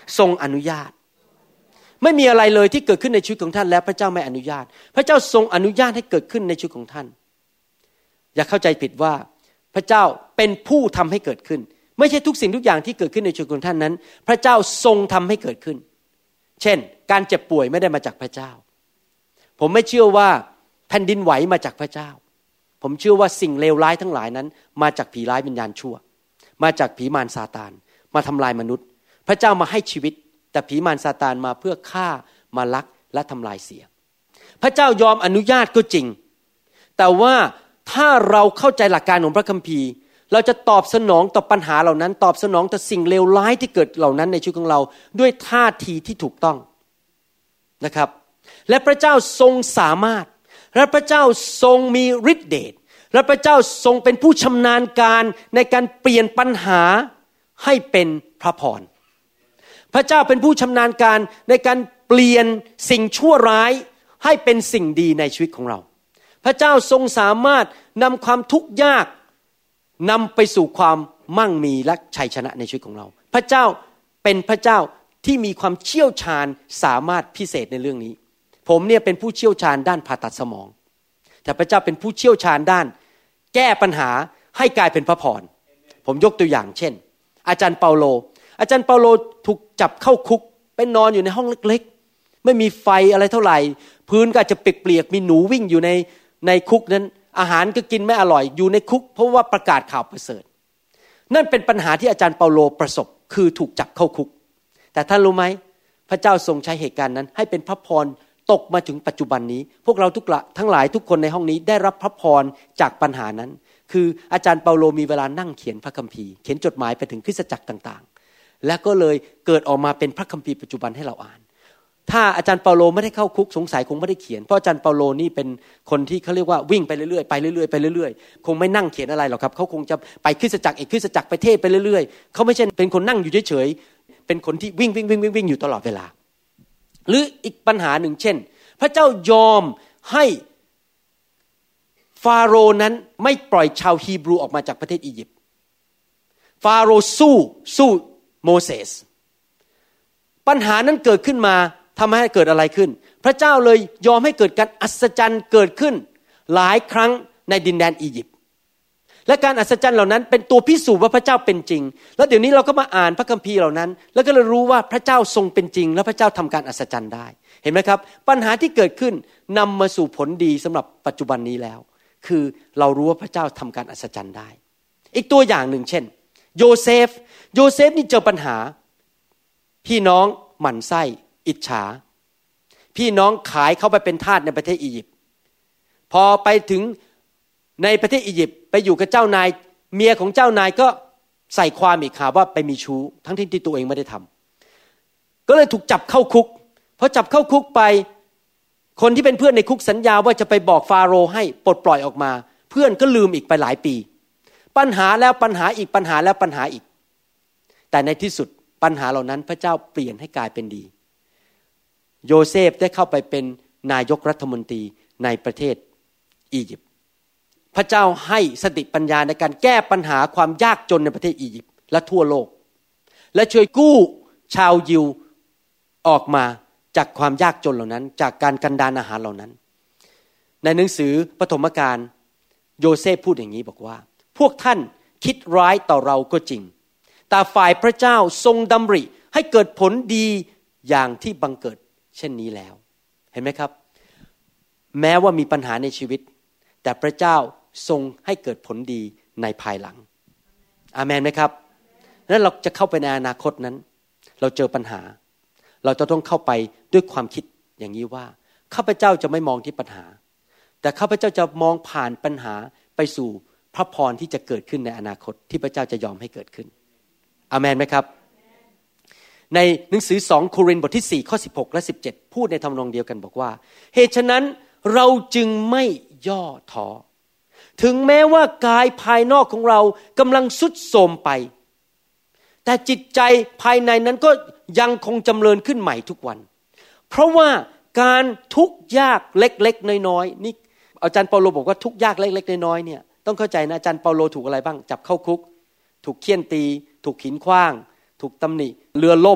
ทรงอนุญาตไม่มีอะไรเลยที่เกิดขึ้นในชีวิตของท่านแล้วพระเจ้าไม่อนุญาตพระเจ้าทรงอนุญาตให้เกิดขึ้นในชีวิตของท่านอย่าเข้าใจผิดว่าพระเจ้าเป็นผู้ทำให้เกิดขึ้นไม่ใช่ทุกสิ่งทุกอย่างที่เกิดขึ้นในชีวิตของท่านนั้นพระเจ้าทรงทำให้เกิดขึ้นเช่นการเจ็บป่วยไม่ได้มาจากพระเจ้าผมไม่เชื่อว่าแผ่นดินไหวมาจากพระเจ้าผมเชื่อว่าสิ่งเลวร้ายทั้งหลายนั้นมาจากผีร้ายวิญญาณชั่วมาจากผีมารซาตานมาทำลายมนุษย์พระเจ้ามาให้ชีวิตแต่ผีมารซาตานมาเพื่อฆ่ามาลักและทำลายเสียพระเจ้ายอมอนุญาตก็จริงแต่ว่าถ้าเราเข้าใจหลักการของพระคัมภีร์เราจะตอบสนองต่อปัญหาเหล่านั้นตอบสนองต่อสิ่งเลวร้ายที่เกิดเหล่านั้นในชีวิตของเราด้วยท่าทีที่ถูกต้องนะครับและพระเจ้าทรงสามารถและพระเจ้าทรงมีฤทธิ์เดชและพระเจ้าทรงเป็นผู้ชำนาญการในการเปลี่ยนปัญหาให้เป็นพระพรพระเจ้าเป็นผู้ชำนาญการในการเปลี่ยนสิ่งชั่วร้ายให้เป็นสิ่งดีในชีวิตของเราพระเจ้าทรงสามารถนำความทุกข์ยากนำไปสู่ความมั่งมีและชัยชนะในชีวิตของเราพระเจ้าเป็นพระเจ้าที่มีความเชี่ยวชาญสามารถพิเศษในเรื่องนี้ผมเนี่ยเป็นผู้เชี่ยวชาญด้านผ่าตัดสมองแต่พระเจ้าเป็นผู้เชี่ยวชาญด้านแก้ปัญหาให้กลายเป็นพระพรผมยกตัวอย่างเช่นอาจารย์เปาโลอาจารย์เปาโลถูกจับเข้าคุกไปนอนอยู่ในห้องเล็กๆไม่มีไฟอะไรเท่าไหร่พื้นก็อาจจะเปียกๆมีหนูวิ่งอยู่ในในคุกนั้นอาหารก็กินไม่อร่อยอยู่ในคุกเพราะว่าประกาศข่าวประเสริฐนั่นเป็นปัญหาที่อาจารย์เปาโลประสบคือถูกจับเข้าคุกแต่ท่านรู้ไหมพระเจ้าทรงใช้เหตุการณ์นั้นให้เป็นพระพรตกมาถึงปัจจุบันนี้พวกเราทุกละทั้งหลายทุกคนในห้องนี้ได้รับพระพรจากปัญหานั้นคืออาจารย์เปาโลมีเวลานั่งเขียนพระคัมภีร์เขียนจดหมายไปถึงคริสตจักรต่างๆและก็เลยเกิดออกมาเป็นพระคัมภีร์ปัจจุบันให้เราอ่านถ้าอาจารย์เปาโลไม่ได้เข้าคุกสงสัยคงไม่ได้เขียนเพราะอาจารย์เปาโลนี่เป็นคนที่เขาเรียกว่าวิ่งไปเรื่อยๆไปเรื่อยๆไปเรื่อยๆคงไม่นั่งเขียนอะไรหรอกครับเขาคงจะไปคริสตจักรอีกคริสตจักรไปเทศไปเรื่อยๆเขาไม่ใช่เป็นคนนั่งอยู่เฉยๆเป็นคนที่วิ่งวิ่งวิ่งวิ่งวิ่งอยู่ตลอดเวลาหรืออีกปัญหาหนึ่งเช่นพระเจ้ายอมให้ฟาโรห์นั้นไม่ปล่อยชาวฮีบรูออกมาจากประเทศอียิปต์ฟาโรห์สู้สู้โมเสสปัญหานั้นเกิดขึ้นมาทำให้เกิดอะไรขึ้นพระเจ้าเลยยอมให้เกิดการอัศจรรย์เกิดขึ้นหลายครั้งในดินแดนอียิปต์และการอัศจรรย์เหล่านั้นเป็นตัวพิสูจน์ว่าพระเจ้าเป็นจริงแล้วเดี๋ยวนี้เราก็มาอ่านพระคัมภีร์เหล่านั้นแล้วก็เลยรู้ว่าพระเจ้าทรงเป็นจริงและพระเจ้าทำการอัศจรรย์ได้เห็นไหมครับปัญหาที่เกิดขึ้นนำมาสู่ผลดีสำหรับปัจจุบันนี้แล้วคือเรารู้ว่าพระเจ้าทำการอัศจรรย์ได้อีกตัวอย่างหนึ่งเช่นโยเซฟโยเซฟนี่เจอปัญหาพี่น้องหมั่นไส้อิจฉาพี่น้องขายเขาไปเป็นทาสในประเทศอียิปต์พอไปถึงในประเทศอียิปต์ไปอยู่กับเจ้านายเมียของเจ้านายก็ใส่ความอีกข่าวว่าไปมีชู้ทั้งที่ตัวเองไม่ได้ทำก็เลยถูกจับเข้าคุกพอจับเข้าคุกไปคนที่เป็นเพื่อนในคุกสัญญาว่าจะไปบอกฟาโรห์ให้ปลดปล่อยออกมาเพื่อนก็ลืมอีกไปหลายปีปัญหาแล้วปัญหาอีกปัญหาแล้วปัญหาอีกแต่ในที่สุดปัญหาเหล่านั้นพระเจ้าเปลี่ยนให้กลายเป็นดีโยเซฟได้เข้าไปเป็นนายกรัฐมนตรีในประเทศอียิปต์พระเจ้าให้สติปัญญาในการแก้ปัญหาความยากจนในประเทศอียิปต์และทั่วโลกและช่วยกู้ชาวยิวออกมาจากความยากจนเหล่านั้นจากการกันดารอาหารเหล่านั้นในหนังสือปฐมกาลโยเซฟพูดอย่างนี้บอกว่าพวกท่านคิดร้ายต่อเราก็จริงแต่ฝ่ายพระเจ้าทรงดำริให้เกิดผลดีอย่างที่บังเกิดเช่นนี้แล้วเห็นไหมครับแม้ว่ามีปัญหาในชีวิตแต่พระเจ้าทรงให้เกิดผลดีในภายหลังอาเมนไหมครับแล้วเราจะเข้าไปในอนาคตนั้นเราเจอปัญหาเราจะต้องเข้าไปด้วยความคิดอย่างนี้ว่าข้าพเจ้าจะไม่มองที่ปัญหาแต่ข้าพเจ้าจะมองผ่านปัญหาไปสู่พระพรที่จะเกิดขึ้นในอนาคตที่พระเจ้าจะยอมให้เกิดขึ้นอาเมนไหมครับในหนังสือสองโครินธ์บทที่สี่ข้อสิบหกและสิบเจ็ดพูดในทำนองเดียวกันบอกว่าเหตุฉะนั้นเราจึงไม่ย่อท้อถึงแม้ว่ากายภายนอกของเรากำลังทรุดโทรมไปแต่จิตใจภายในนั้นก็ยังคงจำเริญขึ้นใหม่ทุกวันเพราะว่าการทุกข์ยากเล็กๆน้อยๆนี่อาจารย์เปาโลบอกว่าทุกข์ยากเล็กๆน้อยๆเนี่ยต้องเข้าใจนะอาจารย์เปาโลถูกอะไรบ้างจับเข้าคุกถูกเฆี่ยนตีถูกหินขว้างถูกตำหนิเรือล่ม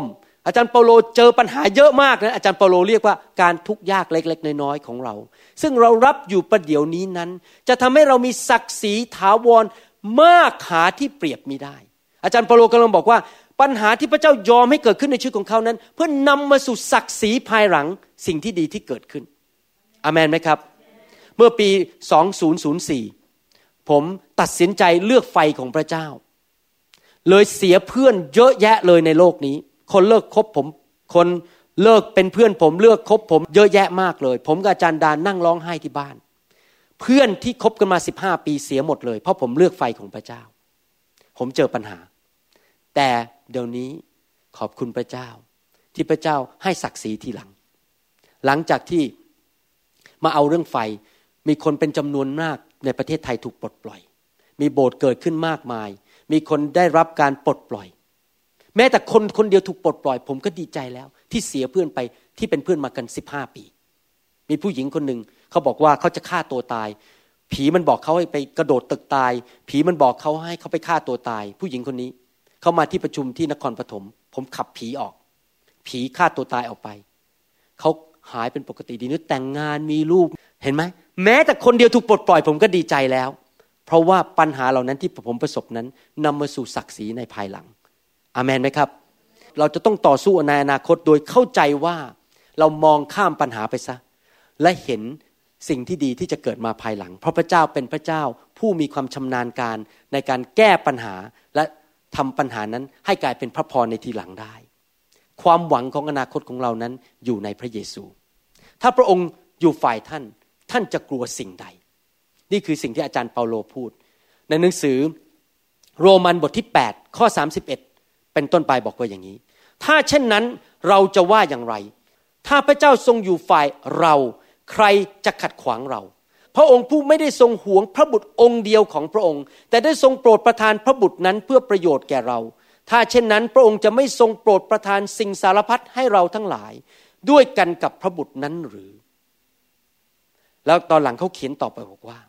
อาจารย์เปาโลเจอปัญหาเยอะมากนะอาจารย์เปาโลเรียกว่าการทุกข์ยากเล็กๆน้อยๆของเราซึ่งเรารับอยู่ประเดี๋ยวนี้นั้นจะทำให้เรามีศักดิ์ศรีถาวรมากหาที่เปรียบมิได้อาจารย์เปาโลกำลังบอกว่าปัญหาที่พระเจ้ายอมให้เกิดขึ้นในชีวิตของเขานั้นเพื่อนำมาสู่ศักดิ์ศรีภายหลังสิ่งที่ดีที่เกิดขึ้นอาเมนไหมครับเมื่อปีสองพันสี่ผมตัดสินใจเลือกไฟของพระเจ้าเลยเสียเพื่อนเยอะแยะเลยในโลกนี้คนเลิกคบผมคนเลิกเป็นเพื่อนผมเลิกคบผมเยอะแยะมากเลยผมกับอาจารย์ดานนั่งร้องไห้ที่บ้านเพื่อนที่คบกันมาสิบห้าปีเสียหมดเลยเพราะผมเลือกไฟของพระเจ้าผมเจอปัญหาแต่เดี๋ยวนี้ขอบคุณพระเจ้าที่พระเจ้าให้ศักดิ์ศรีทีหลังหลังจากที่มาเอาเรื่องไฟมีคนเป็นจำนวนมากในประเทศไทยถูกปลดปล่อยมีโบสถ์เกิดขึ้นมากมายมีคนได้รับการปลดปล่อยแม้แต่คนคนเดียวถูกปลดปล่อยผมก็ดีใจแล้วที่เสียเพื่อนไปที่เป็นเพื่อนมากันสิบห้าปีมีผู้หญิงคนหนึ่งเขาบอกว่าเขาจะฆ่าตัวตายผีมันบอกเขาให้ไปกระโดดตึกตายผีมันบอกเขาให้เขาไปฆ่าตัวตายผู้หญิงคนนี้เขามาที่ประชุมที่นครปฐมผมขับผีออกผีฆ่าตัวตายออกไปเขาหายเป็นปกติดีนึกแต่งงานมีลูกเห็นไหมแม้แต่คนเดียวถูกปลดปล่อยผมก็ดีใจแล้วเพราะว่าปัญหาเหล่านั้นที่ผมประสบนั้นนำมาสู่ศักดิ์ศรีในภายหลังอาเมนไหมครับเราจะต้องต่อสู้ในอนาคตโดยเข้าใจว่าเรามองข้ามปัญหาไปซะและเห็นสิ่งที่ดีที่จะเกิดมาภายหลังเพราะพระเจ้าเป็นพระเจ้าผู้มีความชำนาญการในการแก้ปัญหาและทำปัญหานั้นให้กลายเป็นพระพรในทีหลังได้ความหวังของอนาคตของเรานั้นอยู่ในพระเยซูถ้าพระองค์อยู่ฝ่ายท่านท่านจะกลัวสิ่งใดนี่คือสิ่งที่อาจารย์เปาโลพูดในหนังสือโรมันบทที่แปดข้อสามสิบเอ็ดเป็นต้นไปบอกว่าอย่างนี้ถ้าเช่นนั้นเราจะว่าอย่างไรถ้าพระเจ้าทรงอยู่ฝ่ายเราใครจะขัดขวางเราพระองค์ผู้ไม่ได้ทรงหวงพระบุตรองค์เดียวของพระองค์แต่ได้ทรงโปรดประทานพระบุตรนั้นเพื่อประโยชน์แก่เราถ้าเช่นนั้นพระองค์จะไม่ทรงโปรดประทานสิ่งสารพัดให้เราทั้งหลายด้วยกันกับพระบุตรนั้นหรือแล้วตอนหลังเขาเขียนต่อไปบอกว่า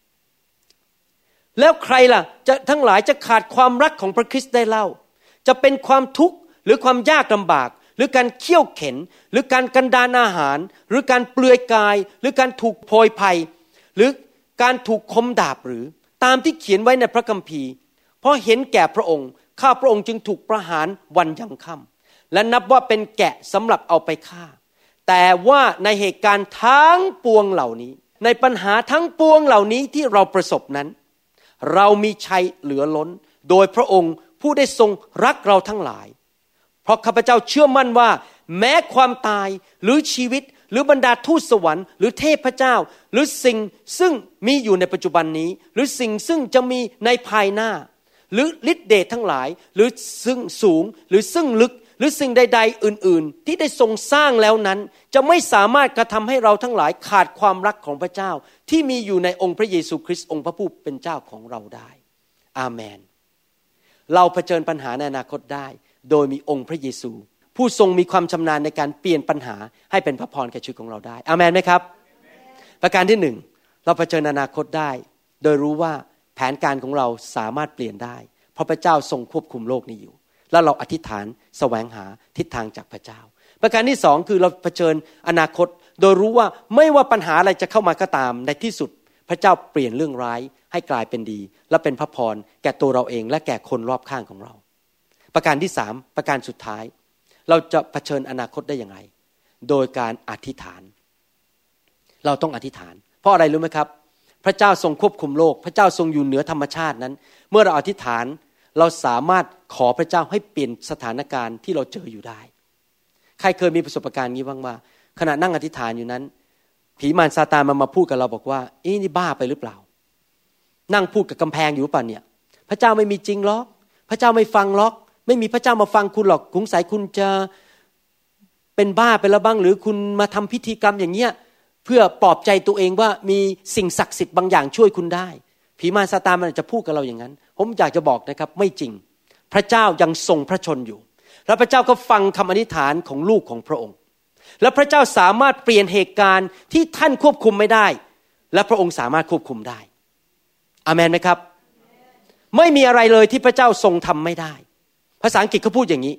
แล้วใครล่ะจะทั้งหลายจะขาดความรักของพระคริสต์ได้เล่าจะเป็นความทุกข์หรือความยากลำบากหรือการเคี่ยวเข็นหรือการกันดารอาหารหรือการเปลือยกายหรือการถูกโพยภัยหรือการถูกคมดาบหรือตามที่เขียนไว้ในพระคัมภีร์เพราะเห็นแก่พระองค์ข้าพระองค์จึงถูกประหารวันยังค่ำและนับว่าเป็นแกะสำหรับเอาไปฆ่าแต่ว่าในเหตุการณ์ทั้งปวงเหล่านี้ในปัญหาทั้งปวงเหล่านี้ที่เราประสบนั้นเรามีชัยเหลือล้นโดยพระองค์ผู้ได้ทรงรักเราทั้งหลายเพราะข้าพเจ้าเชื่อมั่นว่าแม้ความตายหรือชีวิตหรือบรรดาทูตสวรรค์หรือเทพเจ้าหรือสิ่งซึ่งมีอยู่ในปัจจุบันนี้หรือสิ่งซึ่งจะมีในภายหน้าหรือฤทธิเดชทั้งหลายหรือซึ่งสูงหรือซึ่งลึกหรือสิ่งใดๆอื่นๆที่ได้ทรงสร้างแล้วนั้นจะไม่สามารถกระทำให้เราทั้งหลายขาดความรักของพระเจ้าที่มีอยู่ในองค์พระเยซูคริสต์องค์พระผู้เป็นเจ้าของเราได้อาเมนเราเผชิญปัญหาในอนาคตได้โดยมีองค์พระเยซูผู้ทรงมีความชำนาญในการเปลี่ยนปัญหาให้เป็นพระพรแก่ชีวิตของเราได้อาเมนไหมครับ Amen. ประการที่หนึ่งเราเผชิญอนาคตได้โดยรู้ว่าแผนการของเราสามารถเปลี่ยนได้เพราะพระเจ้าทรงควบคุมโลกนี้อยู่แล้วเราอธิษฐานแสวงหาทิศทางจากพระเจ้าประการที่สองคือเราเผชิญอนาคตโดยรู้ว่าไม่ว่าปัญหาอะไรจะเข้ามาก็ตามในที่สุดพระเจ้าเปลี่ยนเรื่องร้ายให้กลายเป็นดีและเป็นพระพรแก่ตัวเราเองและแก่คนรอบข้างของเราประการที่สามประการสุดท้ายเราจะเผชิญอนาคตได้อย่างไรโดยการอธิษฐานเราต้องอธิษฐานเพราะอะไรรู้ไหมครับพระเจ้าทรงควบคุมโลกพระเจ้าทรงอยู่เหนือธรรมชาตินั้นเมื่อเราอธิษฐานเราสามารถขอพระเจ้าให้เปลี่ยนสถานการณ์ที่เราเจออยู่ได้ใครเคยมีประสบการณ์นี้บ้างว่าขณะนั่งอธิษฐานอยู่นั้นผีมารซาตานมันมาพูดกับเราบอกว่าเอ๊ะนี่บ้าไปหรือเปล่านั่งพูดกับกำแพงอยู่ป่ะเนี่ยพระเจ้าไม่มีจริงหรอกพระเจ้าไม่ฟังหรอกไม่มีพระเจ้ามาฟังคุณหรอกสงสัยคุณจะเป็นบ้าไปแล้วบ้างหรือคุณมาทำพิธีกรรมอย่างเงี้ยเพื่อปลอบใจตัวเองว่ามีสิ่งศักดิ์สิทธิ์บางอย่างช่วยคุณได้ผีมารซาตานมันจะพูดกับเราอย่างนั้นผมอยากจะบอกนะครับไม่จริงพระเจ้ายังทรงพระชนอยู่และพระเจ้าก็ฟังคำอธิษฐานของลูกของพระองค์และพระเจ้าสามารถเปลี่ยนเหตุการณ์ที่ท่านควบคุมไม่ได้และพระองค์สามารถควบคุมได้อาเมนไหมครับไม่มีอะไรเลยที่พระเจ้าทรงทำไม่ได้ภาษาอังกฤษเขาพูดอย่างนี้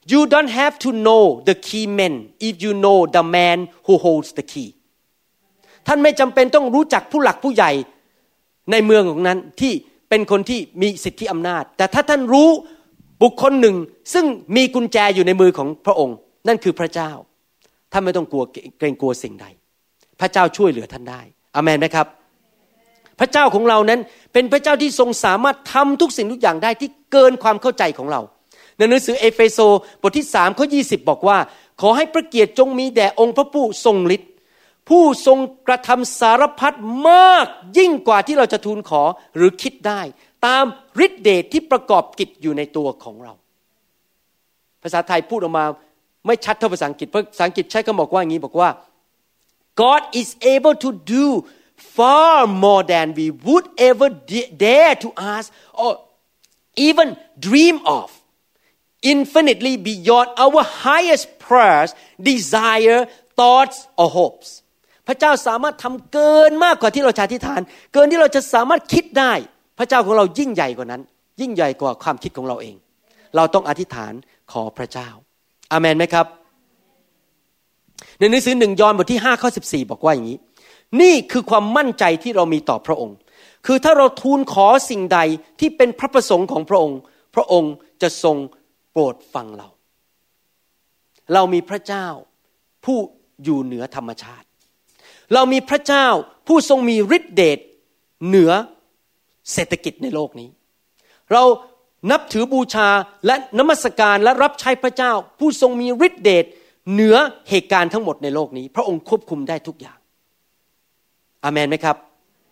You don't have to know the key men if you know the man who holds the key ท่านไม่จำเป็นต้องรู้จักผู้หลักผู้ใหญ่ในเมืองของนั้นที่เป็นคนที่มีสิทธิอำนาจแต่ถ้าท่านรู้บุคคลหนึ่งซึ่งมีกุญแจอยู่ในมือของพระองค์นั่นคือพระเจ้าท่านไม่ต้องกลัวเกรงกลัวสิ่งใดพระเจ้าช่วยเหลือท่านได้อาเมนไหมครับพระเจ้าของเรานั้นเป็นพระเจ้าที่ทรงสามารถทำทุกสิ่งทุกอย่างได้ที่เกินความเข้าใจของเราในหนังสือเอเฟโซบทที่สามข้อยี่สิบบอกว่าขอให้พระเกียรติจงมีแด่องค์พระผู้ทรงฤทธิ์ผู้ทรงกระทำสารพัดมากยิ่งกว่าที่เราจะทูลขอหรือคิดได้ตามฤทธิเดชที่ประกอบกิจอยู่ในตัวของเราภาษาไทยพูดออกมาไม่ชัดเท่าภาษาอังกฤษภาษาอังกฤษใช้คำบอกว่าอย่างนี้บอกว่า God is able to do far more than we would ever dare to ask or even dream of infinitely beyond our highest prayers desire thoughts or hopes พระเจ้าสามารถทำเกินมากกว่าที่เราจะอธิษฐานเกินที่เราจะสามารถคิดได้พระเจ้าของเรายิ่งใหญ่กว่านั้นยิ่งใหญ่กว่าความคิดของเราเองเราต้องอธิษฐานขอพระเจ้าอาเมนไหมครับในหนังสือหนึ่งยอห์นบทที่ห้าข้อสิบสี่บอกว่าอย่างนี้นี่คือความมั่นใจที่เรามีต่อพระองค์คือถ้าเราทูลขอสิ่งใดที่เป็นพระประสงค์ของพระองค์พระองค์จะทรงโปรดฟังเราเรามีพระเจ้าผู้อยู่เหนือธรรมชาติเรามีพระเจ้าผู้ทรงมีฤทธิเดชเหนือเศรษฐกิจในโลกนี้เรานับถือบูชาและนมัสการและรับใช้พระเจ้าผู้ทรงมีฤทธิเดชเหนือเหตุการณ์ทั้งหมดในโลกนี้พระองค์ควบคุมได้ทุกอย่างอาเมนไหมครับ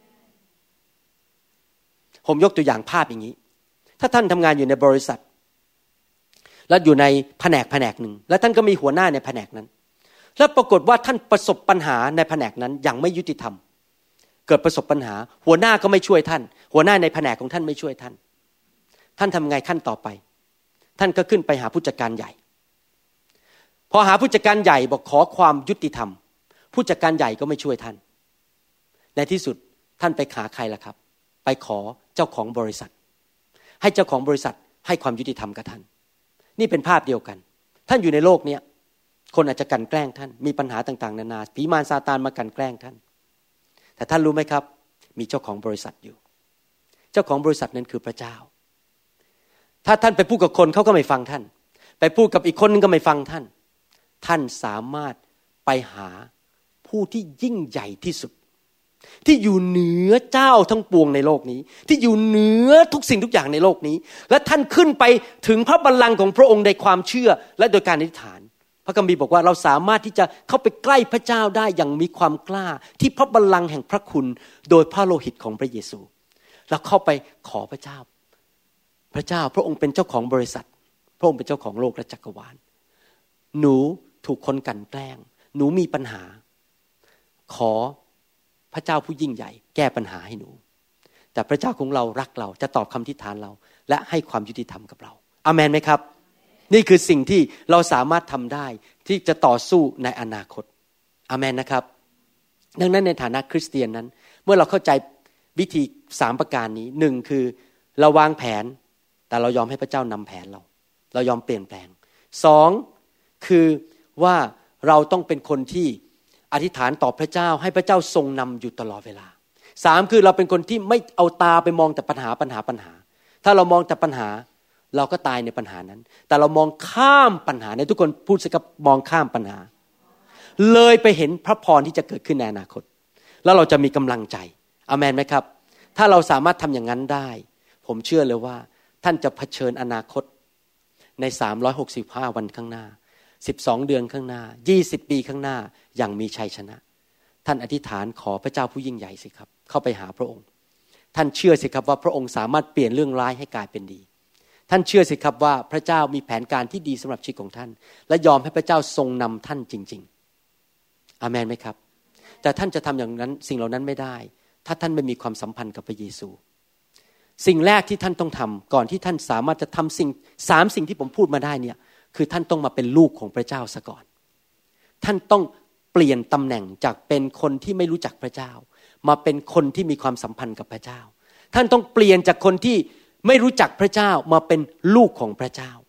ผมยกตัวอย่างภาพอย่างนี้ถ้าท่านทำงานอยู่ในบริษัทและอยู่ในแผนกแผนกหนึ่งและท่านก็มีหัวหน้าในแผนกนั้นแล้วปรากฏว่าท่านประสบปัญหาในแผนกนั้นอย่างไม่ยุติธรรมเกิดประสบปัญหาหัวหน้าก็ไม่ช่วยท่านหัวหน้าในแผนกของท่านไม่ช่วยท่านท่านทำไงขั้นต่อไปท่านก็ขึ้นไปหาผู้จัดการใหญ่พอหาผู้จัดการใหญ่บอกขอความยุติธรรมผู้จัดการใหญ่ก็ไม่ช่วยท่านในที่สุดท่านไปหาใครล่ะครับไปขอเจ้าของบริษัทให้เจ้าของบริษัทให้ความยุติธรรมกับท่านนี่เป็นภาพเดียวกันท่านอยู่ในโลกนี้คนอาจจะกลั่นแกล้งท่านมีปัญหาต่างๆนานาผีมารซาตานมากลั่นแกล้งท่านแต่ท่านรู้ไหมครับมีเจ้าของบริษัทอยู่เจ้าของบริษัทนั้นคือพระเจ้าถ้าท่านไปพูดกับคนเขาก็ไม่ฟังท่านไปพูดกับอีกคนนึงก็ไม่ฟังท่านท่านสามารถไปหาผู้ที่ยิ่งใหญ่ที่สุดที่อยู่เหนือเจ้าทั้งปวงในโลกนี้ที่อยู่เหนือทุกสิ่งทุกอย่างในโลกนี้และท่านขึ้นไปถึงพระบัลลังก์ของพระองค์ในความเชื่อและโดยการอธิษฐานพระคัมภีร์บอกว่าเราสามารถที่จะเข้าไปใกล้พระเจ้าได้อย่างมีความกล้าที่พระบัลลังก์แห่งพระคุณโดยพระโลหิตของพระเยซูแล้วเข้าไปขอพระเจ้าพระเจ้าพระองค์เป็นเจ้าของบริษัทพระองค์เป็นเจ้าของโลกและจักรวาลหนูถูกคนกลั่นแกล้งหนูมีปัญหาขอพระเจ้าผู้ยิ่งใหญ่แก้ปัญหาให้หนูแต่พระเจ้าของเรารักเราจะตอบคำอธิษฐานเราและให้ความยุติธรรมกับเราอาเมนไหมครับนี่คือสิ่งที่เราสามารถทำได้ที่จะต่อสู้ในอนาคตอาเมนนะครับดังนั้นในฐานะคริสเตียนนั้นเมื่อเราเข้าใจวิธีสามประการนี้หนึ่งคือเราวางแผนแต่เรายอมให้พระเจ้านำแผนเราเรายอมเปลี่ยนแปลงสองคือว่าเราต้องเป็นคนที่อธิษฐานต่อพระเจ้าให้พระเจ้าทรงนำอยู่ตลอดเวลาสามคือเราเป็นคนที่ไม่เอาตาไปมองแต่ปัญหาปัญหาปัญหาถ้าเรามองแต่ปัญหาเราก็ตายในปัญหานั้นแต่เรามองข้ามปัญหาในทุกคนพูดสิครับมองข้ามปัญหาเลยไปเห็นพระพรที่จะเกิดขึ้นในอนาคตแล้วเราจะมีกำลังใจอาเมนไหมครับถ้าเราสามารถทำอย่างนั้นได้ผมเชื่อเลยว่าท่านจะเผชิญอนาคตในสามร้อยหกสิบห้าวันข้างหน้าสิบสองเดือนข้างหน้ายี่สิบปีข้างหน้าอย่างมีชัยชนะท่านอธิษฐานขอพระเจ้าผู้ยิ่งใหญ่สิครับเข้าไปหาพระองค์ท่านเชื่อสิครับว่าพระองค์สามารถเปลี่ยนเรื่องร้ายให้กลายเป็นดีท่านเชื่อสิครับว่าพระเจ้ามีแผนการที่ดีสำหรับชีวิตของท่านและยอมให้พระเจ้าทรงนำท่านจริงๆอาเมนไหมครับแต่ท่านจะทำอย่างนั้นสิ่งเหล่านั้นไม่ได้ถ้าท่านไม่มีความสัมพันธ์กับพระเยซูสิ่งแรกที่ท่านต้องทำก่อนที่ท่านสามารถจะทำสิ่งสามสิ่งที่ผมพูดมาได้เนี่ยคือท่านต้องมาเป็นลูกของพระเจ้าซะก่อนท่านต้องเปลี่ยนตำแหน่งจากเป็นคนที่ไม่รู้จักพระเจ้ามาเป็นคนที่มีความสัมพันธ์กับพระเจ้าท่านต้องเปลี่ยนจากคนที่ไม่รู้จักพระเจ้ามาเป็นลูกของพระเจ้า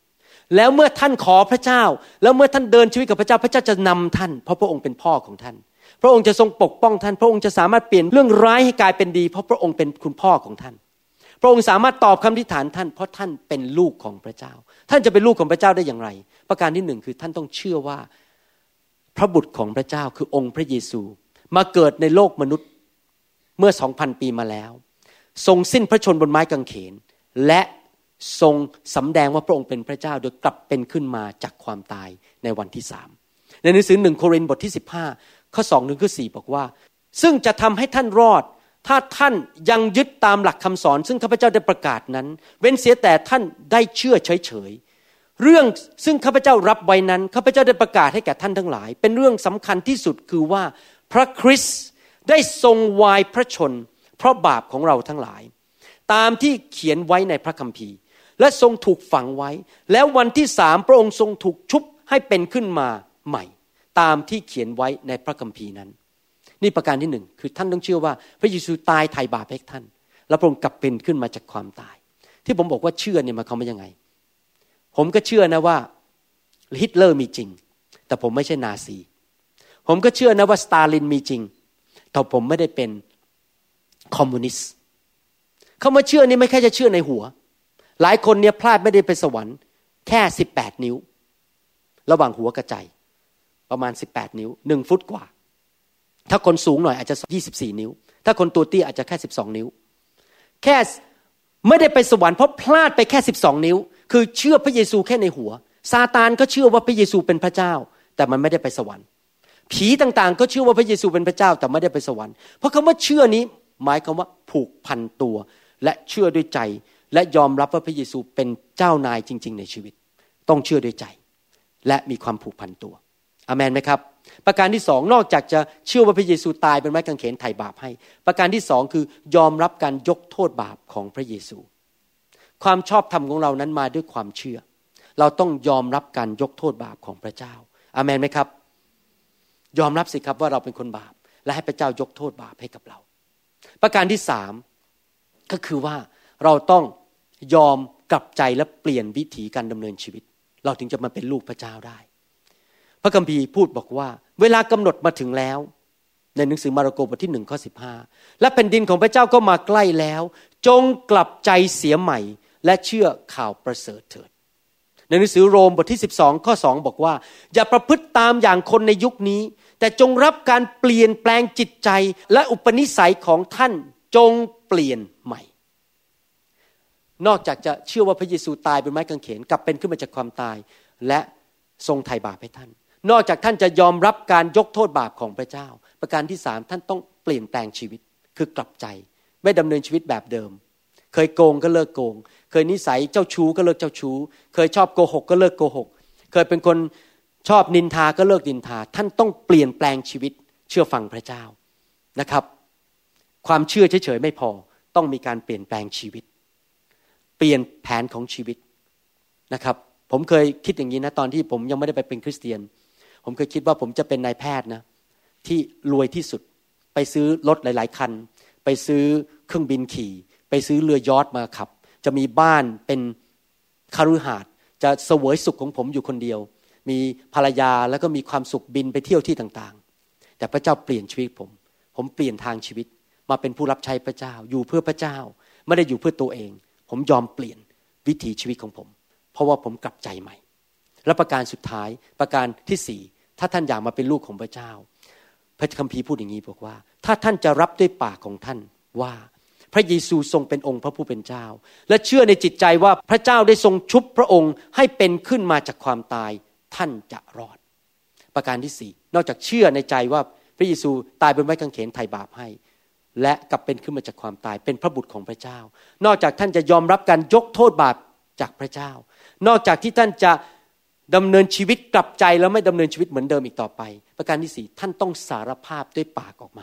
แล้วเมื่อท่านขอพระเจ้าแล้วเมื่อท่านเดินชีวิตกับพระเจ้าพระเจ้าจะนำท่านเพราะพระองค์เป็นพ่อของท่านพระองค์จะทรงปกป้องท่านพระองค์จะสามารถเปลี่ยนเรื่องร้ายให้กลายเป็นดีเพราะพระองค์เป็นคุณพ่อของท่านพระองค์สามารถตอบคำอธิษฐานท่านเพราะท่านเป็นลูกของพระเจ้าท่านจะเป็นลูกของพระเจ้าได้อย่างไรประการที่หนึ่งคือท่านต้องเชื่อว่าพระบุตรของพระเจ้าคือองค์พระเยซูมาเกิดในโลกมนุษย์เมื่อ สองพัน ปีมาแล้วทรงสิ้นพระชนม์บนไม้กางเขนและทรงสำแดงว่าพระองค์เป็นพระเจ้าโดยกลับเป็นขึ้นมาจากความตายในวันที่สามในหนังสือหนึ่งโครินธ์บทที่สิบห้าข้อสองถึงข้อสี่บอกว่าซึ่งจะทำให้ท่านรอดถ้าท่านยังยึดตามหลักคำสอนซึ่งข้าพเจ้าได้ประกาศนั้นเว้นเสียแต่ท่านได้เชื่อเฉยๆเรื่องซึ่งข้าพเจ้ารับไว้นั้นข้าพเจ้าได้ประกาศให้แก่ท่านทั้งหลายเป็นเรื่องสำคัญที่สุดคือว่าพระคริสต์ได้ทรงวายพระชนเพราะบาปของเราทั้งหลายตามที่เขียนไว้ในพระคัมภีร์และทรงถูกฝังไว้แล้ววันที่สามพระองค์ทรงถูกชุบให้เป็นขึ้นมาใหม่ตามที่เขียนไว้ในพระคัมภีร์นั้นนี่ประการที่หนึ่งคือท่านต้องเชื่อว่าพระเยซูตายไถ่บาปให้ท่านแล้วพระองค์กลับเป็นขึ้นมาจากความตายที่ผมบอกว่าเชื่อเนี่ยมันเขาไม่ยังไงผมก็เชื่อนะว่าฮิตเลอร์มีจริงแต่ผมไม่ใช่นาซีผมก็เชื่อนะว่าสตาลินมีจริงแต่ผมไม่ได้เป็นคอมมิวนิสต์เขามาเชื่อนี่ไม่แค่จะเชื่อในหัวหลายคนเนี่ยพลาดไม่ได้ไปสวรรค์แค่สิบแปดนิ้วระหว่างหัวกับใจประมาณสิบแปดนิ้วหนึ่งฟุตกว่าถ้าคนสูงหน่อยอาจจะยี่สิบสี่นิ้วถ้าคนตัวเตี้ยอาจจะแค่สิบสองนิ้วแค่ไม่ได้ไปสวรรค์เพราะพลาดไปแค่สิบสองนิ้วคือเชื่อพระเยซูแค่ในหัวซาตานก็เชื่อว่าพระเยซูเป็นพระเจ้าแต่มันไม่ได้ไปสวรรค์ผีต่างๆก็เชื่อว่าพระเยซูเป็นพระเจ้าแต่ไม่ได้ไปสวรรค์เพราะคำว่าเชื่อนี้หมายความว่าผูกพันตัวและเชื่อด้วยใจและยอมรับว่าพระเยซูเป็นเจ้านายจริงๆในชีวิตต้องเชื่อด้วยใจและมีความผูกพันตัวอาเมนไหมครับประการที่สองนอกจากจะเชื่อว่าพระเยซูตายเป็นไม้กางเขนไถ่บาปให้ประการที่สองคือยอมรับการยกโทษบาปของพระเยซูความชอบธรรมของเรานั้นมาด้วยความเชื่อเราต้องยอมรับการยกโทษบาปของพระเจ้าอาเมนไหมครับยอมรับสิครับว่าเราเป็นคนบาปและให้พระเจ้ายกโทษบาปให้กับเราประการที่สามก็คือว่าเราต้องยอมกลับใจและเปลี่ยนวิถีการดำเนินชีวิตเราถึงจะมาเป็นลูกพระเจ้าได้พระคัมภีร์พูดบอกว่าเวลากำหนดมาถึงแล้วในหนังสือมาระโกบทที่หนึ่งข้อสิบห้าและแผ่นดินของพระเจ้าก็มาใกล้แล้วจงกลับใจเสียใหม่และเชื่อข่าวประเสริฐเถิดในหนังสือโรมบทที่สิบสองข้อสองบอกว่าอย่าประพฤติตามอย่างคนในยุคนี้แต่จงรับการเปลี่ยนแปลงจิตใจและอุปนิสัยของท่านจงเปลี่ยนใหม่นอกจากจะเชื่อว่าพระเยซูตายบนไม้กางเขนกลับเป็นขึ้นมาจากความตายและทรงไถ่บาปให้ท่านนอกจากท่านจะยอมรับการยกโทษบาปของพระเจ้าประการที่สามท่านต้องเปลี่ยนแปลงชีวิตคือกลับใจไม่ดำเนินชีวิตแบบเดิมเคยโกงก็เลิกโกงเคยนิสัยเจ้าชู้ก็เลิกเจ้าชู้เคยชอบโกหกก็เลิกโกหกเคยเป็นคนชอบนินทาก็เลิกนินทาท่านต้องเปลี่ยนแปลงชีวิตเชื่อฟังพระเจ้านะครับความเชื่อเฉยๆไม่พอต้องมีการเปลี่ยนแปลงชีวิตเปลี่ยนแผนของชีวิตนะครับผมเคยคิดอย่างนี้นะตอนที่ผมยังไม่ได้ไปเป็นคริสเตียนผมเคยคิดว่าผมจะเป็นนายแพทย์นะที่รวยที่สุดไปซื้อรถหลายๆคันไปซื้อเครื่องบินขี่ไปซื้อเรือยอชต์มาขับจะมีบ้านเป็นคฤหาสน์จะเสวยสุขของผมอยู่คนเดียวมีภรรยาแล้วก็มีความสุขบินไปเที่ยวที่ต่างๆแต่พระเจ้าเปลี่ยนชีวิตผมผมเปลี่ยนทางชีวิตมาเป็นผู้รับใช้พระเจ้าอยู่เพื่อพระเจ้าไม่ได้อยู่เพื่อตัวเองผมยอมเปลี่ยนวิถีชีวิตของผมเพราะว่าผมกลับใจใหม่และประการสุดท้ายประการที่สี่ถ้าท่านอยากมาเป็นลูกของพระเจ้าพระคัมภีร์พูดอย่างนี้บอกว่าถ้าท่านจะรับด้วยปากของท่านว่าพระเยซูทรงเป็นองค์พระผู้เป็นเจ้าและเชื่อในจิตใจว่าพระเจ้าได้ทรงชุบพระองค์ให้เป็นขึ้นมาจากความตายท่านจะรอดประการที่สี่นอกจากเชื่อในใจว่าพระเยซูตายบนไม้กางเขนไถ่บาปให้และกลับเป็นขึ้นมาจากความตายเป็นพระบุตรของพระเจ้านอกจากท่านจะยอมรับการยกโทษบาปจากพระเจ้านอกจากที่ท่านจะดำเนินชีวิตกลับใจแล้วไม่ดำเนินชีวิตเหมือนเดิมอีกต่อไปประการที่สี่ท่านต้องสารภาพด้วยปากออกมา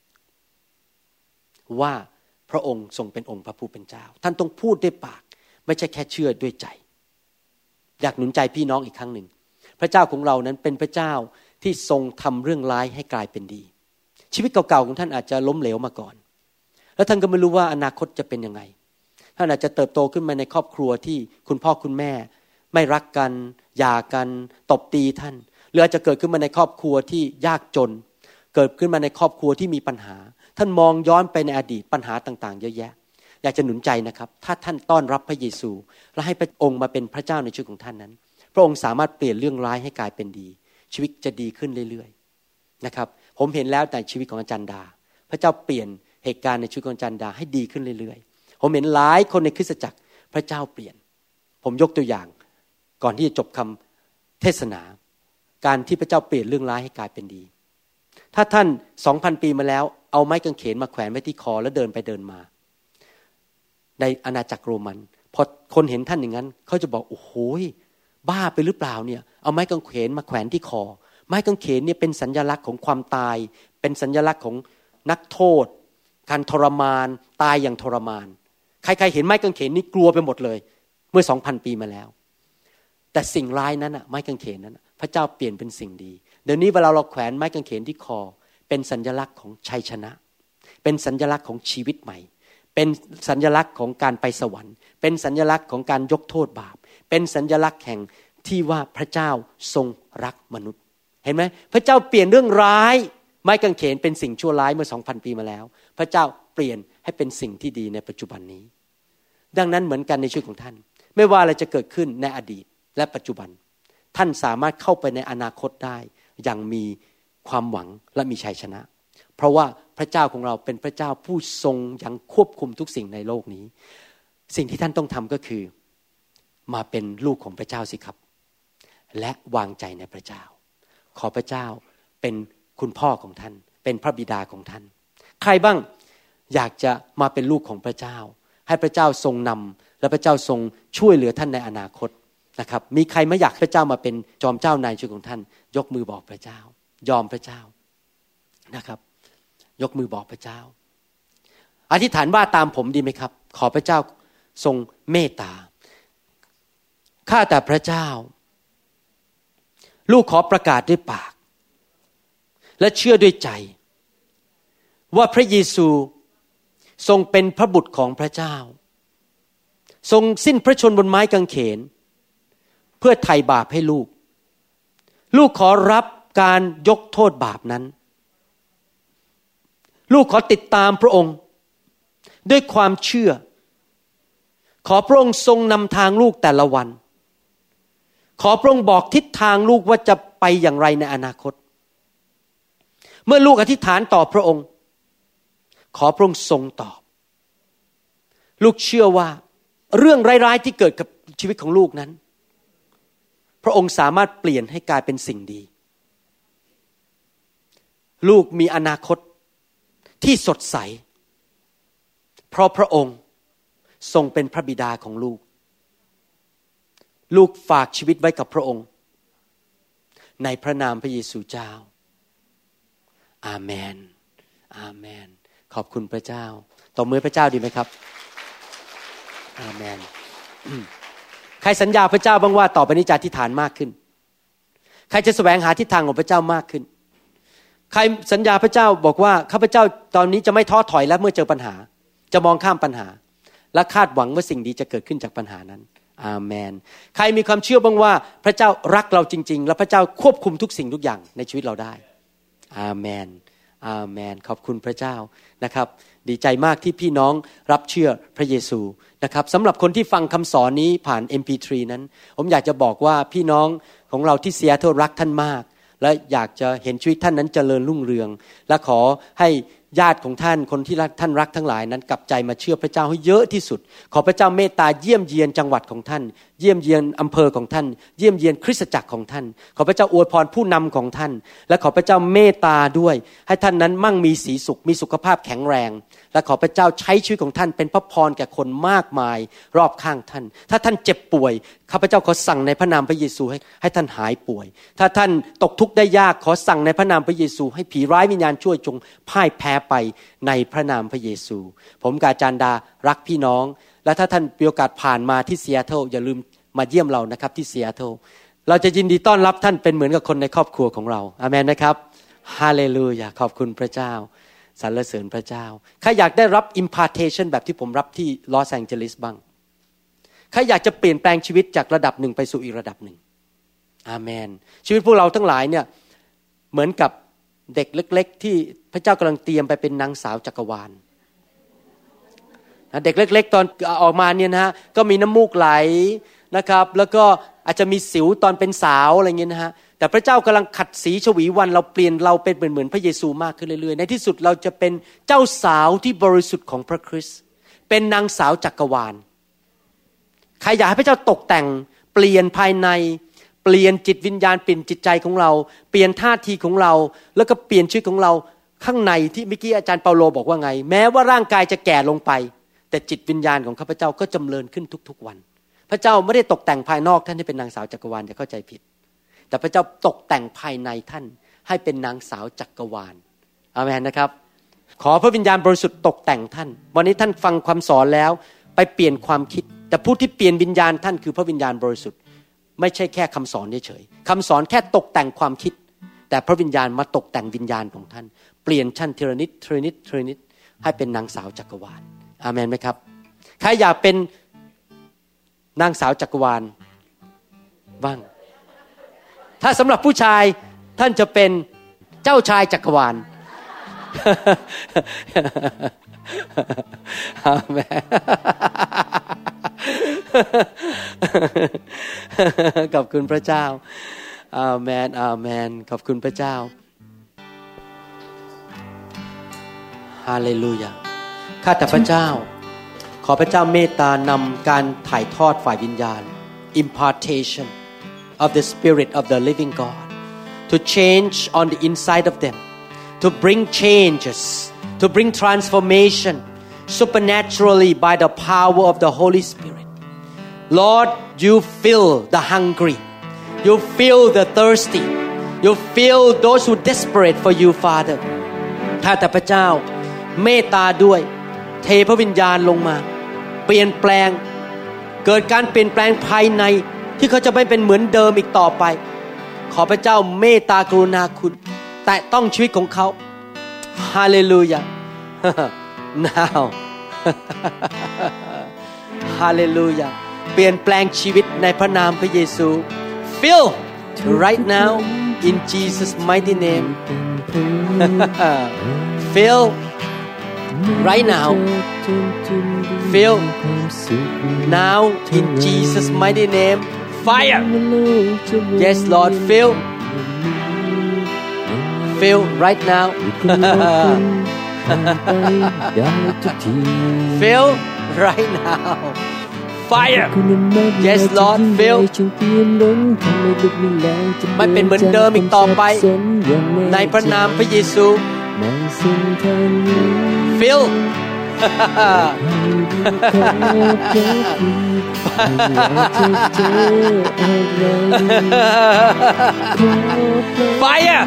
ว่าพระองค์ทรงเป็นองค์พระผู้เป็นเจ้าท่านต้องพูดด้วยปากไม่ใช่แค่เชื่อด้วยใจอยากหนุนใจพี่น้องอีกครั้งหนึ่งพระเจ้าของเรานั้นเป็นพระเจ้าที่ทรงทำเรื่องร้ายให้กลายเป็นดีชีวิตเก่าๆของท่านอาจจะล้มเหลวมาก่อนแล้วท่านก็ไม่รู้ว่าอนาคตจะเป็นยังไงท่านอาจจะเติบโตขึ้นมาในครอบครัวที่คุณพ่อคุณแม่ไม่รักกันหย่ากันตบตีท่านหรืออาจจะเกิดขึ้นมาในครอบครัวที่ยากจนเกิดขึ้นมาในครอบครัวที่มีปัญหาท่านมองย้อนไปในอดีตปัญหาต่างๆเยอะแยะอยากจะหนุนใจนะครับถ้าท่านต้อนรับพระเยซูและให้พระองค์มาเป็นพระเจ้าในชีวิตของท่านนั้นพระองค์สามารถเปลี่ยนเรื่องร้ายให้กลายเป็นดีชีวิตจะดีขึ้นเรื่อยๆนะครับผมเห็นแล้วในชีวิตของอาจารย์ดาพระเจ้าเปลี่ยนเหตุการณ์ในชีวิตของอาจารย์ดาให้ดีขึ้นเรื่อยๆผมเห็นหลายคนในคริสตจักรพระเจ้าเปลี่ยนผมยกตัวอย่างก่อนที่จะจบคำเทศนาการที่พระเจ้าเปลี่ยนเรื่องร้ายให้กลายเป็นดีถ้าท่าน สองพัน ปีมาแล้วเอาไม้กางเขนมาแขวนไว้ที่คอแล้วเดินไปเดินมาในอาณาจักรโรมันพอคนเห็นท่านอย่างนั้นเขาจะบอกโอ้โหบ้าไปหรือเปล่าเนี่ยเอาไม้กางเขนมาแขวนที่คอไม้กางเขนเนี่ยเป็นสัญลักษณ์ของความตายเป็นสัญลักษณ์ของนักโทษการทรมานตายอย่างทรมานใครๆเห็นไม้กางเขนนี่กลัวไปหมดเลยเมื่อ สองพัน ปีมาแล้วแต่สิ่งร้ายนั้นน่ะไม้กางเขนนั้นพระเจ้าเปลี่ยนเป็นสิ่งดีเดี๋ยวนี้เวลาเราแขวนไม้กางเขนที่คอเป็นสัญลักษณ์ของชัยชนะเป็นสัญลักษณ์ของชีวิตใหม่เป็นสัญลักษณ์ของการไปสวรรค์เป็นสัญลักษณ์ของการยกโทษบาปเป็นสัญลักษณ์แห่งที่ว่าพระเจ้าทรงรักมนุษย์เห็นไหมพระเจ้าเปลี่ยนเรื่องร้ายไม้กางเขนเป็นสิ่งชั่วร้ายเมื่อ สองพัน ปีมาแล้วพระเจ้าเปลี่ยนให้เป็นสิ่งที่ดีในปัจจุบันนี้ดังนั้นเหมือนกันในชีวิตของท่านไม่ว่าอะไรจะเกิดขึ้นในอดีตและปัจจุบันท่านสามารถเข้าไปในอนาคตได้อย่างมีความหวังและมีชัยชนะเพราะว่าพระเจ้าของเราเป็นพระเจ้าผู้ทรงยังควบคุมทุกสิ่งในโลกนี้สิ่งที่ท่านต้องทำก็คือมาเป็นลูกของพระเจ้าสิครับและวางใจในพระเจ้าขอพระเจ้าเป็นคุณพ่อของท่านเป็นพระบิดาของท่านใครบ้างอยากจะมาเป็นลูกของพระเจ้าให้พระเจ้าทรงนำและพระเจ้าทรงช่วยเหลือท่านในอนาคตนะครับมีใครไม่อยากพระเจ้ามาเป็นจอมเจ้านายชีวิตของท่านยกมือบอกพระเจ้ายอมพระเจ้านะครับยกมือบอกพระเจ้าอธิษฐานว่าตามผมดีไหมครับขอพระเจ้าทรงเมตตาข้าแต่พระเจ้าลูกขอประกาศด้วยปากและเชื่อด้วยใจว่าพระเยซูทรงเป็นพระบุตรของพระเจ้าทรงสิ้นพระชนม์บนไม้กางเขนเพื่อไถ่บาปให้ลูกลูกขอรับการยกโทษบาปนั้นลูกขอติดตามพระองค์ด้วยความเชื่อขอพระองค์ทรงนำทางลูกแต่ละวันขอพระองค์บอกทิศทางลูกว่าจะไปอย่างไรในอนาคตเมื่อลูกอธิษฐานต่อพระองค์ขอพระองค์ทรงตอบลูกเชื่อว่าเรื่องร้ายๆที่เกิดกับชีวิตของลูกนั้นพระองค์สามารถเปลี่ยนให้กลายเป็นสิ่งดีลูกมีอนาคตที่สดใสเพราะพระองค์ทรงเป็นพระบิดาของลูกลูกฝากชีวิตไว้กับพระองค์ในพระนามพระเยซูเจ้าอาเมนอาเมนขอบคุณพระเจ้าตบมือพระเจ้าดีไหมครับอาเมนใครสัญญาพระเจ้าบ้างว่าต่อไปนี้จะอธิษฐานมากขึ้นใครจะแสวงหาทิศทางของพระเจ้ามากขึ้นใครสัญญาพระเจ้าบอกว่าข้าพเจ้าตอนนี้จะไม่ท้อถอยแล้วเมื่อเจอปัญหาจะมองข้ามปัญหาและคาดหวังว่าสิ่งดีจะเกิดขึ้นจากปัญหานั้นอาเมนใครมีความเชื่อบ้างว่าพระเจ้ารักเราจริงๆและพระเจ้าควบคุมทุกสิ่งทุกอย่างในชีวิตเราได้อาเมนอาเมนขอบคุณพระเจ้านะครับดีใจมากที่พี่น้องรับเชื่อพระเยซูนะครับสำหรับคนที่ฟังคำสอนนี้ผ่าน เอ็ม พี ทรี นั้นผมอยากจะบอกว่าพี่น้องของเราที่ซีแอตเทิลรักท่านมากและอยากจะเห็นชีวิตท่านนั้นเจริญรุ่งเรืองและขอให้ญาติของท่านคนที่ท่านรักทั้งหลายนั้นกลับใจมาเชื่อพระเจ้าให้เยอะที่สุดขอพระเจ้าเมตตาเยี่ยมเยียนจังหวัดของท่านเยี่ยมเยียนอำเภอของท่านเยี่ยมเยียนคริสตจักรของท่านขอพระเจ้าอวยพรผู้นำของท่านและขอพระเจ้าเมตตาด้วยให้ท่านนั้นมั่งมีสีสุขมีสุขภาพแข็งแรงและขอพระเจ้าใช้ชีวิตของท่านเป็นพระพรแก่คนมากมายรอบข้างท่านถ้าท่านเจ็บป่วยข้าพเจ้าขอสั่งในพระนามพระเยซูให้ให้ท่านหายป่วยถ้าท่านตกทุกข์ได้ยากขอสั่งในพระนามพระเยซูให้ผีร้ายวิญญาณชั่วจงพ่ายแพ้ไปในพระนามพระเยซูผมกาจารย์ดารักพี่น้องและถ้าท่านมีโอกาสผ่านมาที่ซีแอตเทิลอย่าลืมมาเยี่ยมเรานะครับที่ซีแอตเทิลเราจะยินดีต้อนรับท่านเป็นเหมือนกับคนในครอบครัวของเราอาเมนนะครับฮาเลลูยาขอบคุณพระเจ้าสรรเสริญพระเจ้าใครอยากได้รับ impartation แบบที่ผมรับที่ลอสแองเจลิสบ้างใครอยากจะเปลี่ยนแปลงชีวิตจากระดับหนึ่งไปสู่อีกระดับหนึ่งอาเมนชีวิตพวกเราทั้งหลายเนี่ยเหมือนกับเด็กเล็กๆที่พระเจ้ากำลังเตรียมไปเป็นนางสาวจักรวาลเด็กเล็กๆตอนออกมาเนี่ยนะฮะก็มีน้ำมูกไหลนะครับแล้วก็อาจจะมีสิวตอนเป็นสาวอะไรเงี้ยนะฮะแต่พระเจ้ากำลังขัดสีฉวีวันเราเปลี่ยนเราเป็นเหมือนพระเยซูมากขึ้นเรื่อยๆในที่สุดเราจะเป็นเจ้าสาวที่บริสุทธิ์ของพระคริสต์เป็นนางสาวจักรวาลใครอยากให้พระเจ้าตกแต่งเปลี่ยนภายในเปลี่ยนจิตวิญญาณเปลี่ยนจิตใจของเราเปลี่ยนท่าทีของเราแล้วก็เปลี่ยนชีวิตของเราข้างในที่เมื่อกี้อาจารย์เปาโลบอกว่าไงแม้ว่าร่างกายจะแก่ลงไปแต่จิตวิญญาณของข้าพเจ้าก็จำเริญขึ้นทุกๆวันพระเจ้าไม่ได้ตกแต่งภายนอกท่านให้เป็นนางสาวจักรวาลอย่าเข้าใจผิดแต่พระเจ้าตกแต่งภายในท่านให้เป็นนางสาวจักรวาลอาเมนนะครับขอพระวิญญาณบริสุทธิ์ตกแต่งท่านวันนี้ท่านฟังความสอนแล้วไปเปลี่ยนความคิดแต่ผู้ที่เปลี่ยนวิญญาณท่านคือพระวิญญาณบริสุทธิ์ไม่ใช่แค่คำสอนเฉยๆคำสอนแค่ตกแต่งความคิดแต่พระวิญญาณมาตกแต่งวิญญาณของท่านเปลี่ยนชั้นทีละนิดทีละนิดทีละนิดให้เป็นนางสาวจักรวาลอาเมนไหมครับใครอยากเป็นนางสาวจักรวาลบ้างถ้าสำหรับผู้ชายท่านจะเป็นเจ้าชายจักรวาลอาเมนขอบคุณพระเจ้าอาเมนอาเมนขอบคุณพระเจ้าฮาเลลูยาข้าแต่พระเจ้าขอพระเจ้าเมตตานำการถ่ายทอดฝ่ายวิญญาณ impartation of the spirit of the living God to change on the inside of them to bring changes to bring transformation supernaturally by the power of the Holy Spirit Lord you fill the hungry you fill the thirsty you fill those who desperate for you Father ข้าแต่พระเจ้าเมตตาด้วยเทพระวิญญาณลงมาเปลี่ยนแปลงเกิดการเปลี่ยนแปลงภายในที่เขาจะไม่เป็นเหมือนเดิมอีกต่อไปขอพระเจ้าเมตตากรุณาคุณแตะต้องชีวิตของเขาฮาเลลูยา now ฮาเลลูยาเปลี่ยนแปลงชีวิตในพระนามพระเยซู fill right now in Jesus mighty name fill right now fill now in Jesus mighty name fire yes Lord fill fill right now fill right now fire yes Lord fill ไม่เป็นเหมือนเดิมอีกต่อไปในพระนามพระเยซู fill fire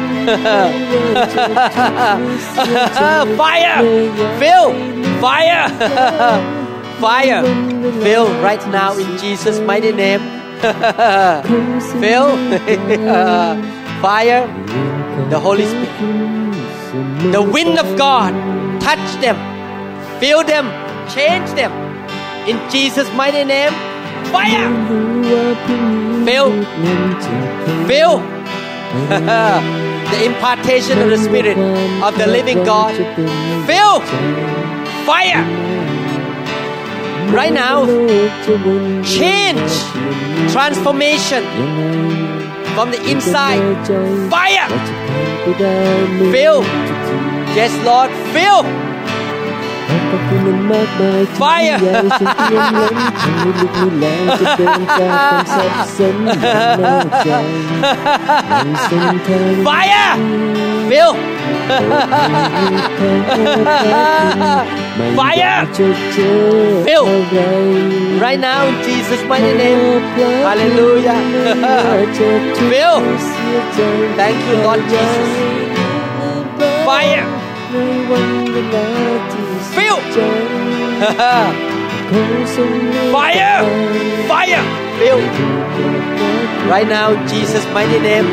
fire fill fire fire fill right now in Jesus mighty name fill fire the Holy Spirit the wind of God touch them fill them change them in Jesus mighty name fire fill fill the impartation of the Spirit of the living God fill fire right now change transformation from the inside fire fill yes Lord fill fire fire fill fire fill right now in Jesus mighty name hallelujah fill thank you Lord Jesus fire fill fire fire fill right now in Jesus mighty name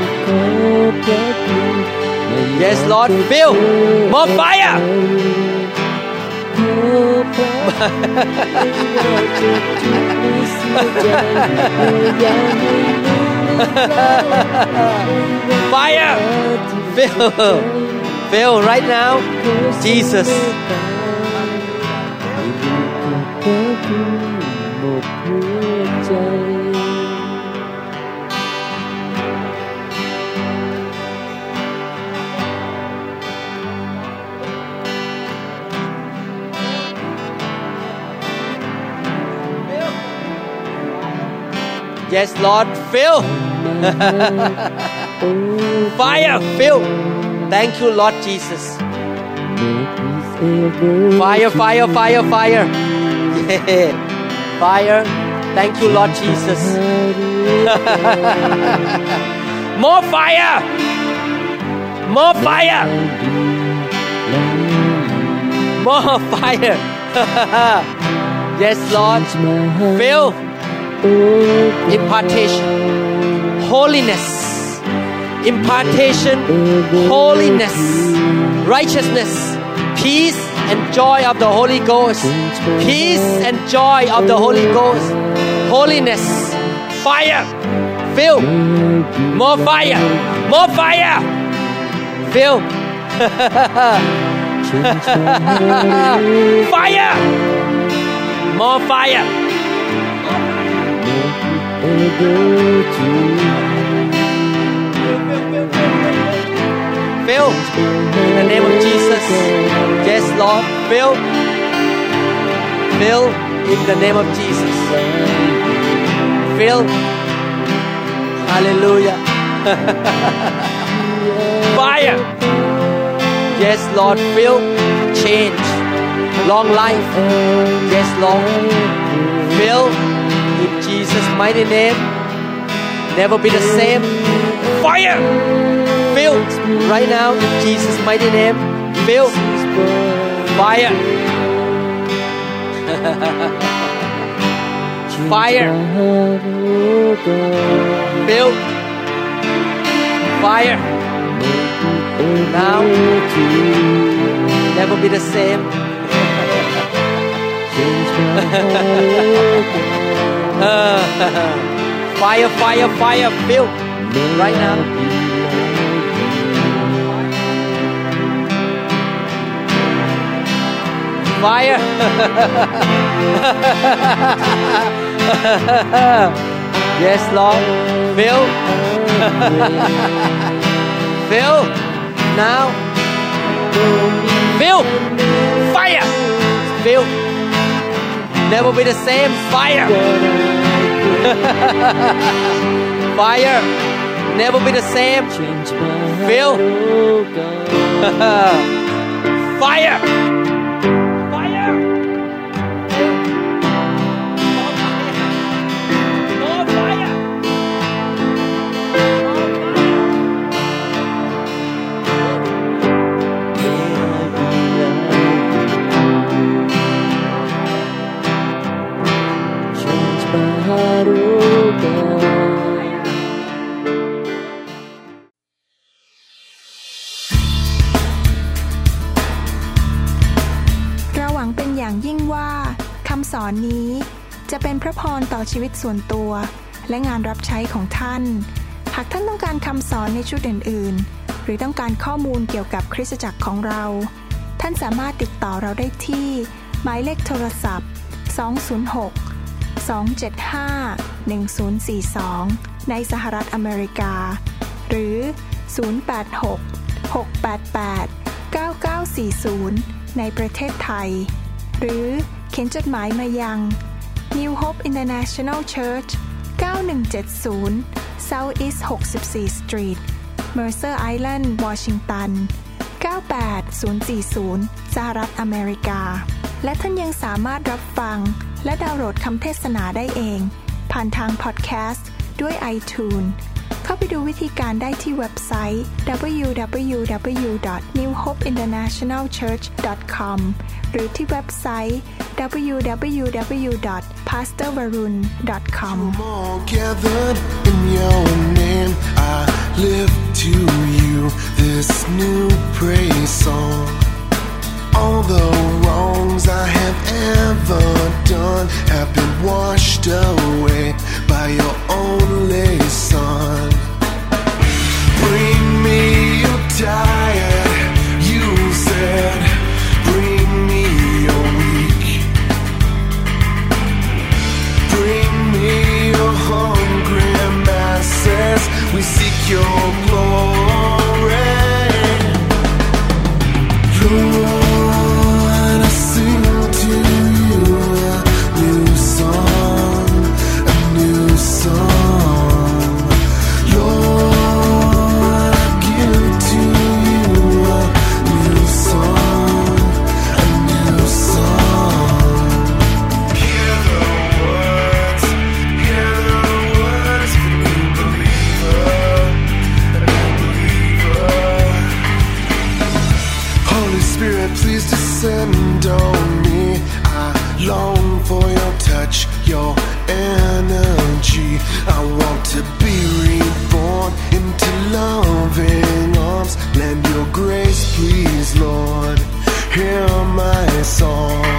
yes Lord fill more fire Fire! Fill! Fill right now, Jesus. Yes, Lord, fill. Fire, fill. Thank you, Lord Jesus. Fire, fire, fire, fire. Yeah. Fire. Thank you, Lord Jesus. More fire. More fire. More fire. Yes, Lord. Fill. Impartation. Holiness. Impartation. Holiness. Righteousness. Peace and joy of the Holy Ghost. Peace and joy of the Holy Ghost. Holiness. Fire. Fill. More fire. More fire. Fill. Fire. More fire. Fill in the name of Jesus. Yes, Lord. Fill. Fill in the name of Jesus. Fill. Hallelujah. Fire. Yes, Lord. Fill. Change. Long life. Yes, Lord. Fill in Jesus' mighty name. Never be the same. Fire. Fill right now in Jesus' mighty name. Fill. Fire. Fire. Fill. Fire. Now. Never be the same. Fire, fire, fire. Fill right now. Fire. Yes, Lord. Fill. Fill. Now. Fill. Fire. Fill. Never be the same. Fire. Fire. Never be the same. Fill. Fire. สอนนี้จะเป็นพระพรต่อชีวิตส่วนตัวและงานรับใช้ของท่านหากท่านต้องการคำสอนในชุดอื่นๆหรือต้องการข้อมูลเกี่ยวกับคริสตจักรของเราท่านสามารถติดต่อเราได้ที่หมายเลขโทรศัพท์สอง ศูนย์ หก สอง เจ็ด ห้า หนึ่ง ศูนย์ สี่ สองในสหรัฐอเมริกาหรือศูนย์ แปด หก หก แปด แปด เก้า เก้า สี่ ศูนย์ในประเทศไทยหรือเขียนจดหมายมายัง New Hope International Church เก้าหนึ่งเจ็ดศูนย์ South East หกสิบสี่ Street Mercer Island Washington เก้าแปดศูนย์สี่ศูนย์สหรัฐอเมริกาและท่านยังสามารถรับฟังและดาวน์โหลดคำเทศนาได้เองผ่านทางพอดแคสต์ด้วย iTunes เข้าไปดูวิธีการได้ที่เว็บไซต์ ดับเบิลยู ดับเบิลยู ดับเบิลยู ดอท นิว โฮป อินเตอร์เนชั่นแนล เชิร์ช ดอท คอม หรือที่เว็บไซต์ ดับเบิลยู ดับเบิลยู ดับเบิลยู ดอท พาสเตอร์วารุณ ดอท คอม Gathered in your name, I lift to you this new praise song. all the wrongs I have ever done have been washed away by your only Son. Bring me your tired, you said. Bring me your weak. Bring me your hungry masses. We seek your glory. Lord, I sing to you a new song, a new song. Lord, I give to you a new song, a new song. Hear the words, hear the words of a new believer, a new believer. Holy Spirit, please descend on me. I long for your touch, your energy. I want to be reborn into loving arms. Lend your grace, please, Lord. Hear my song.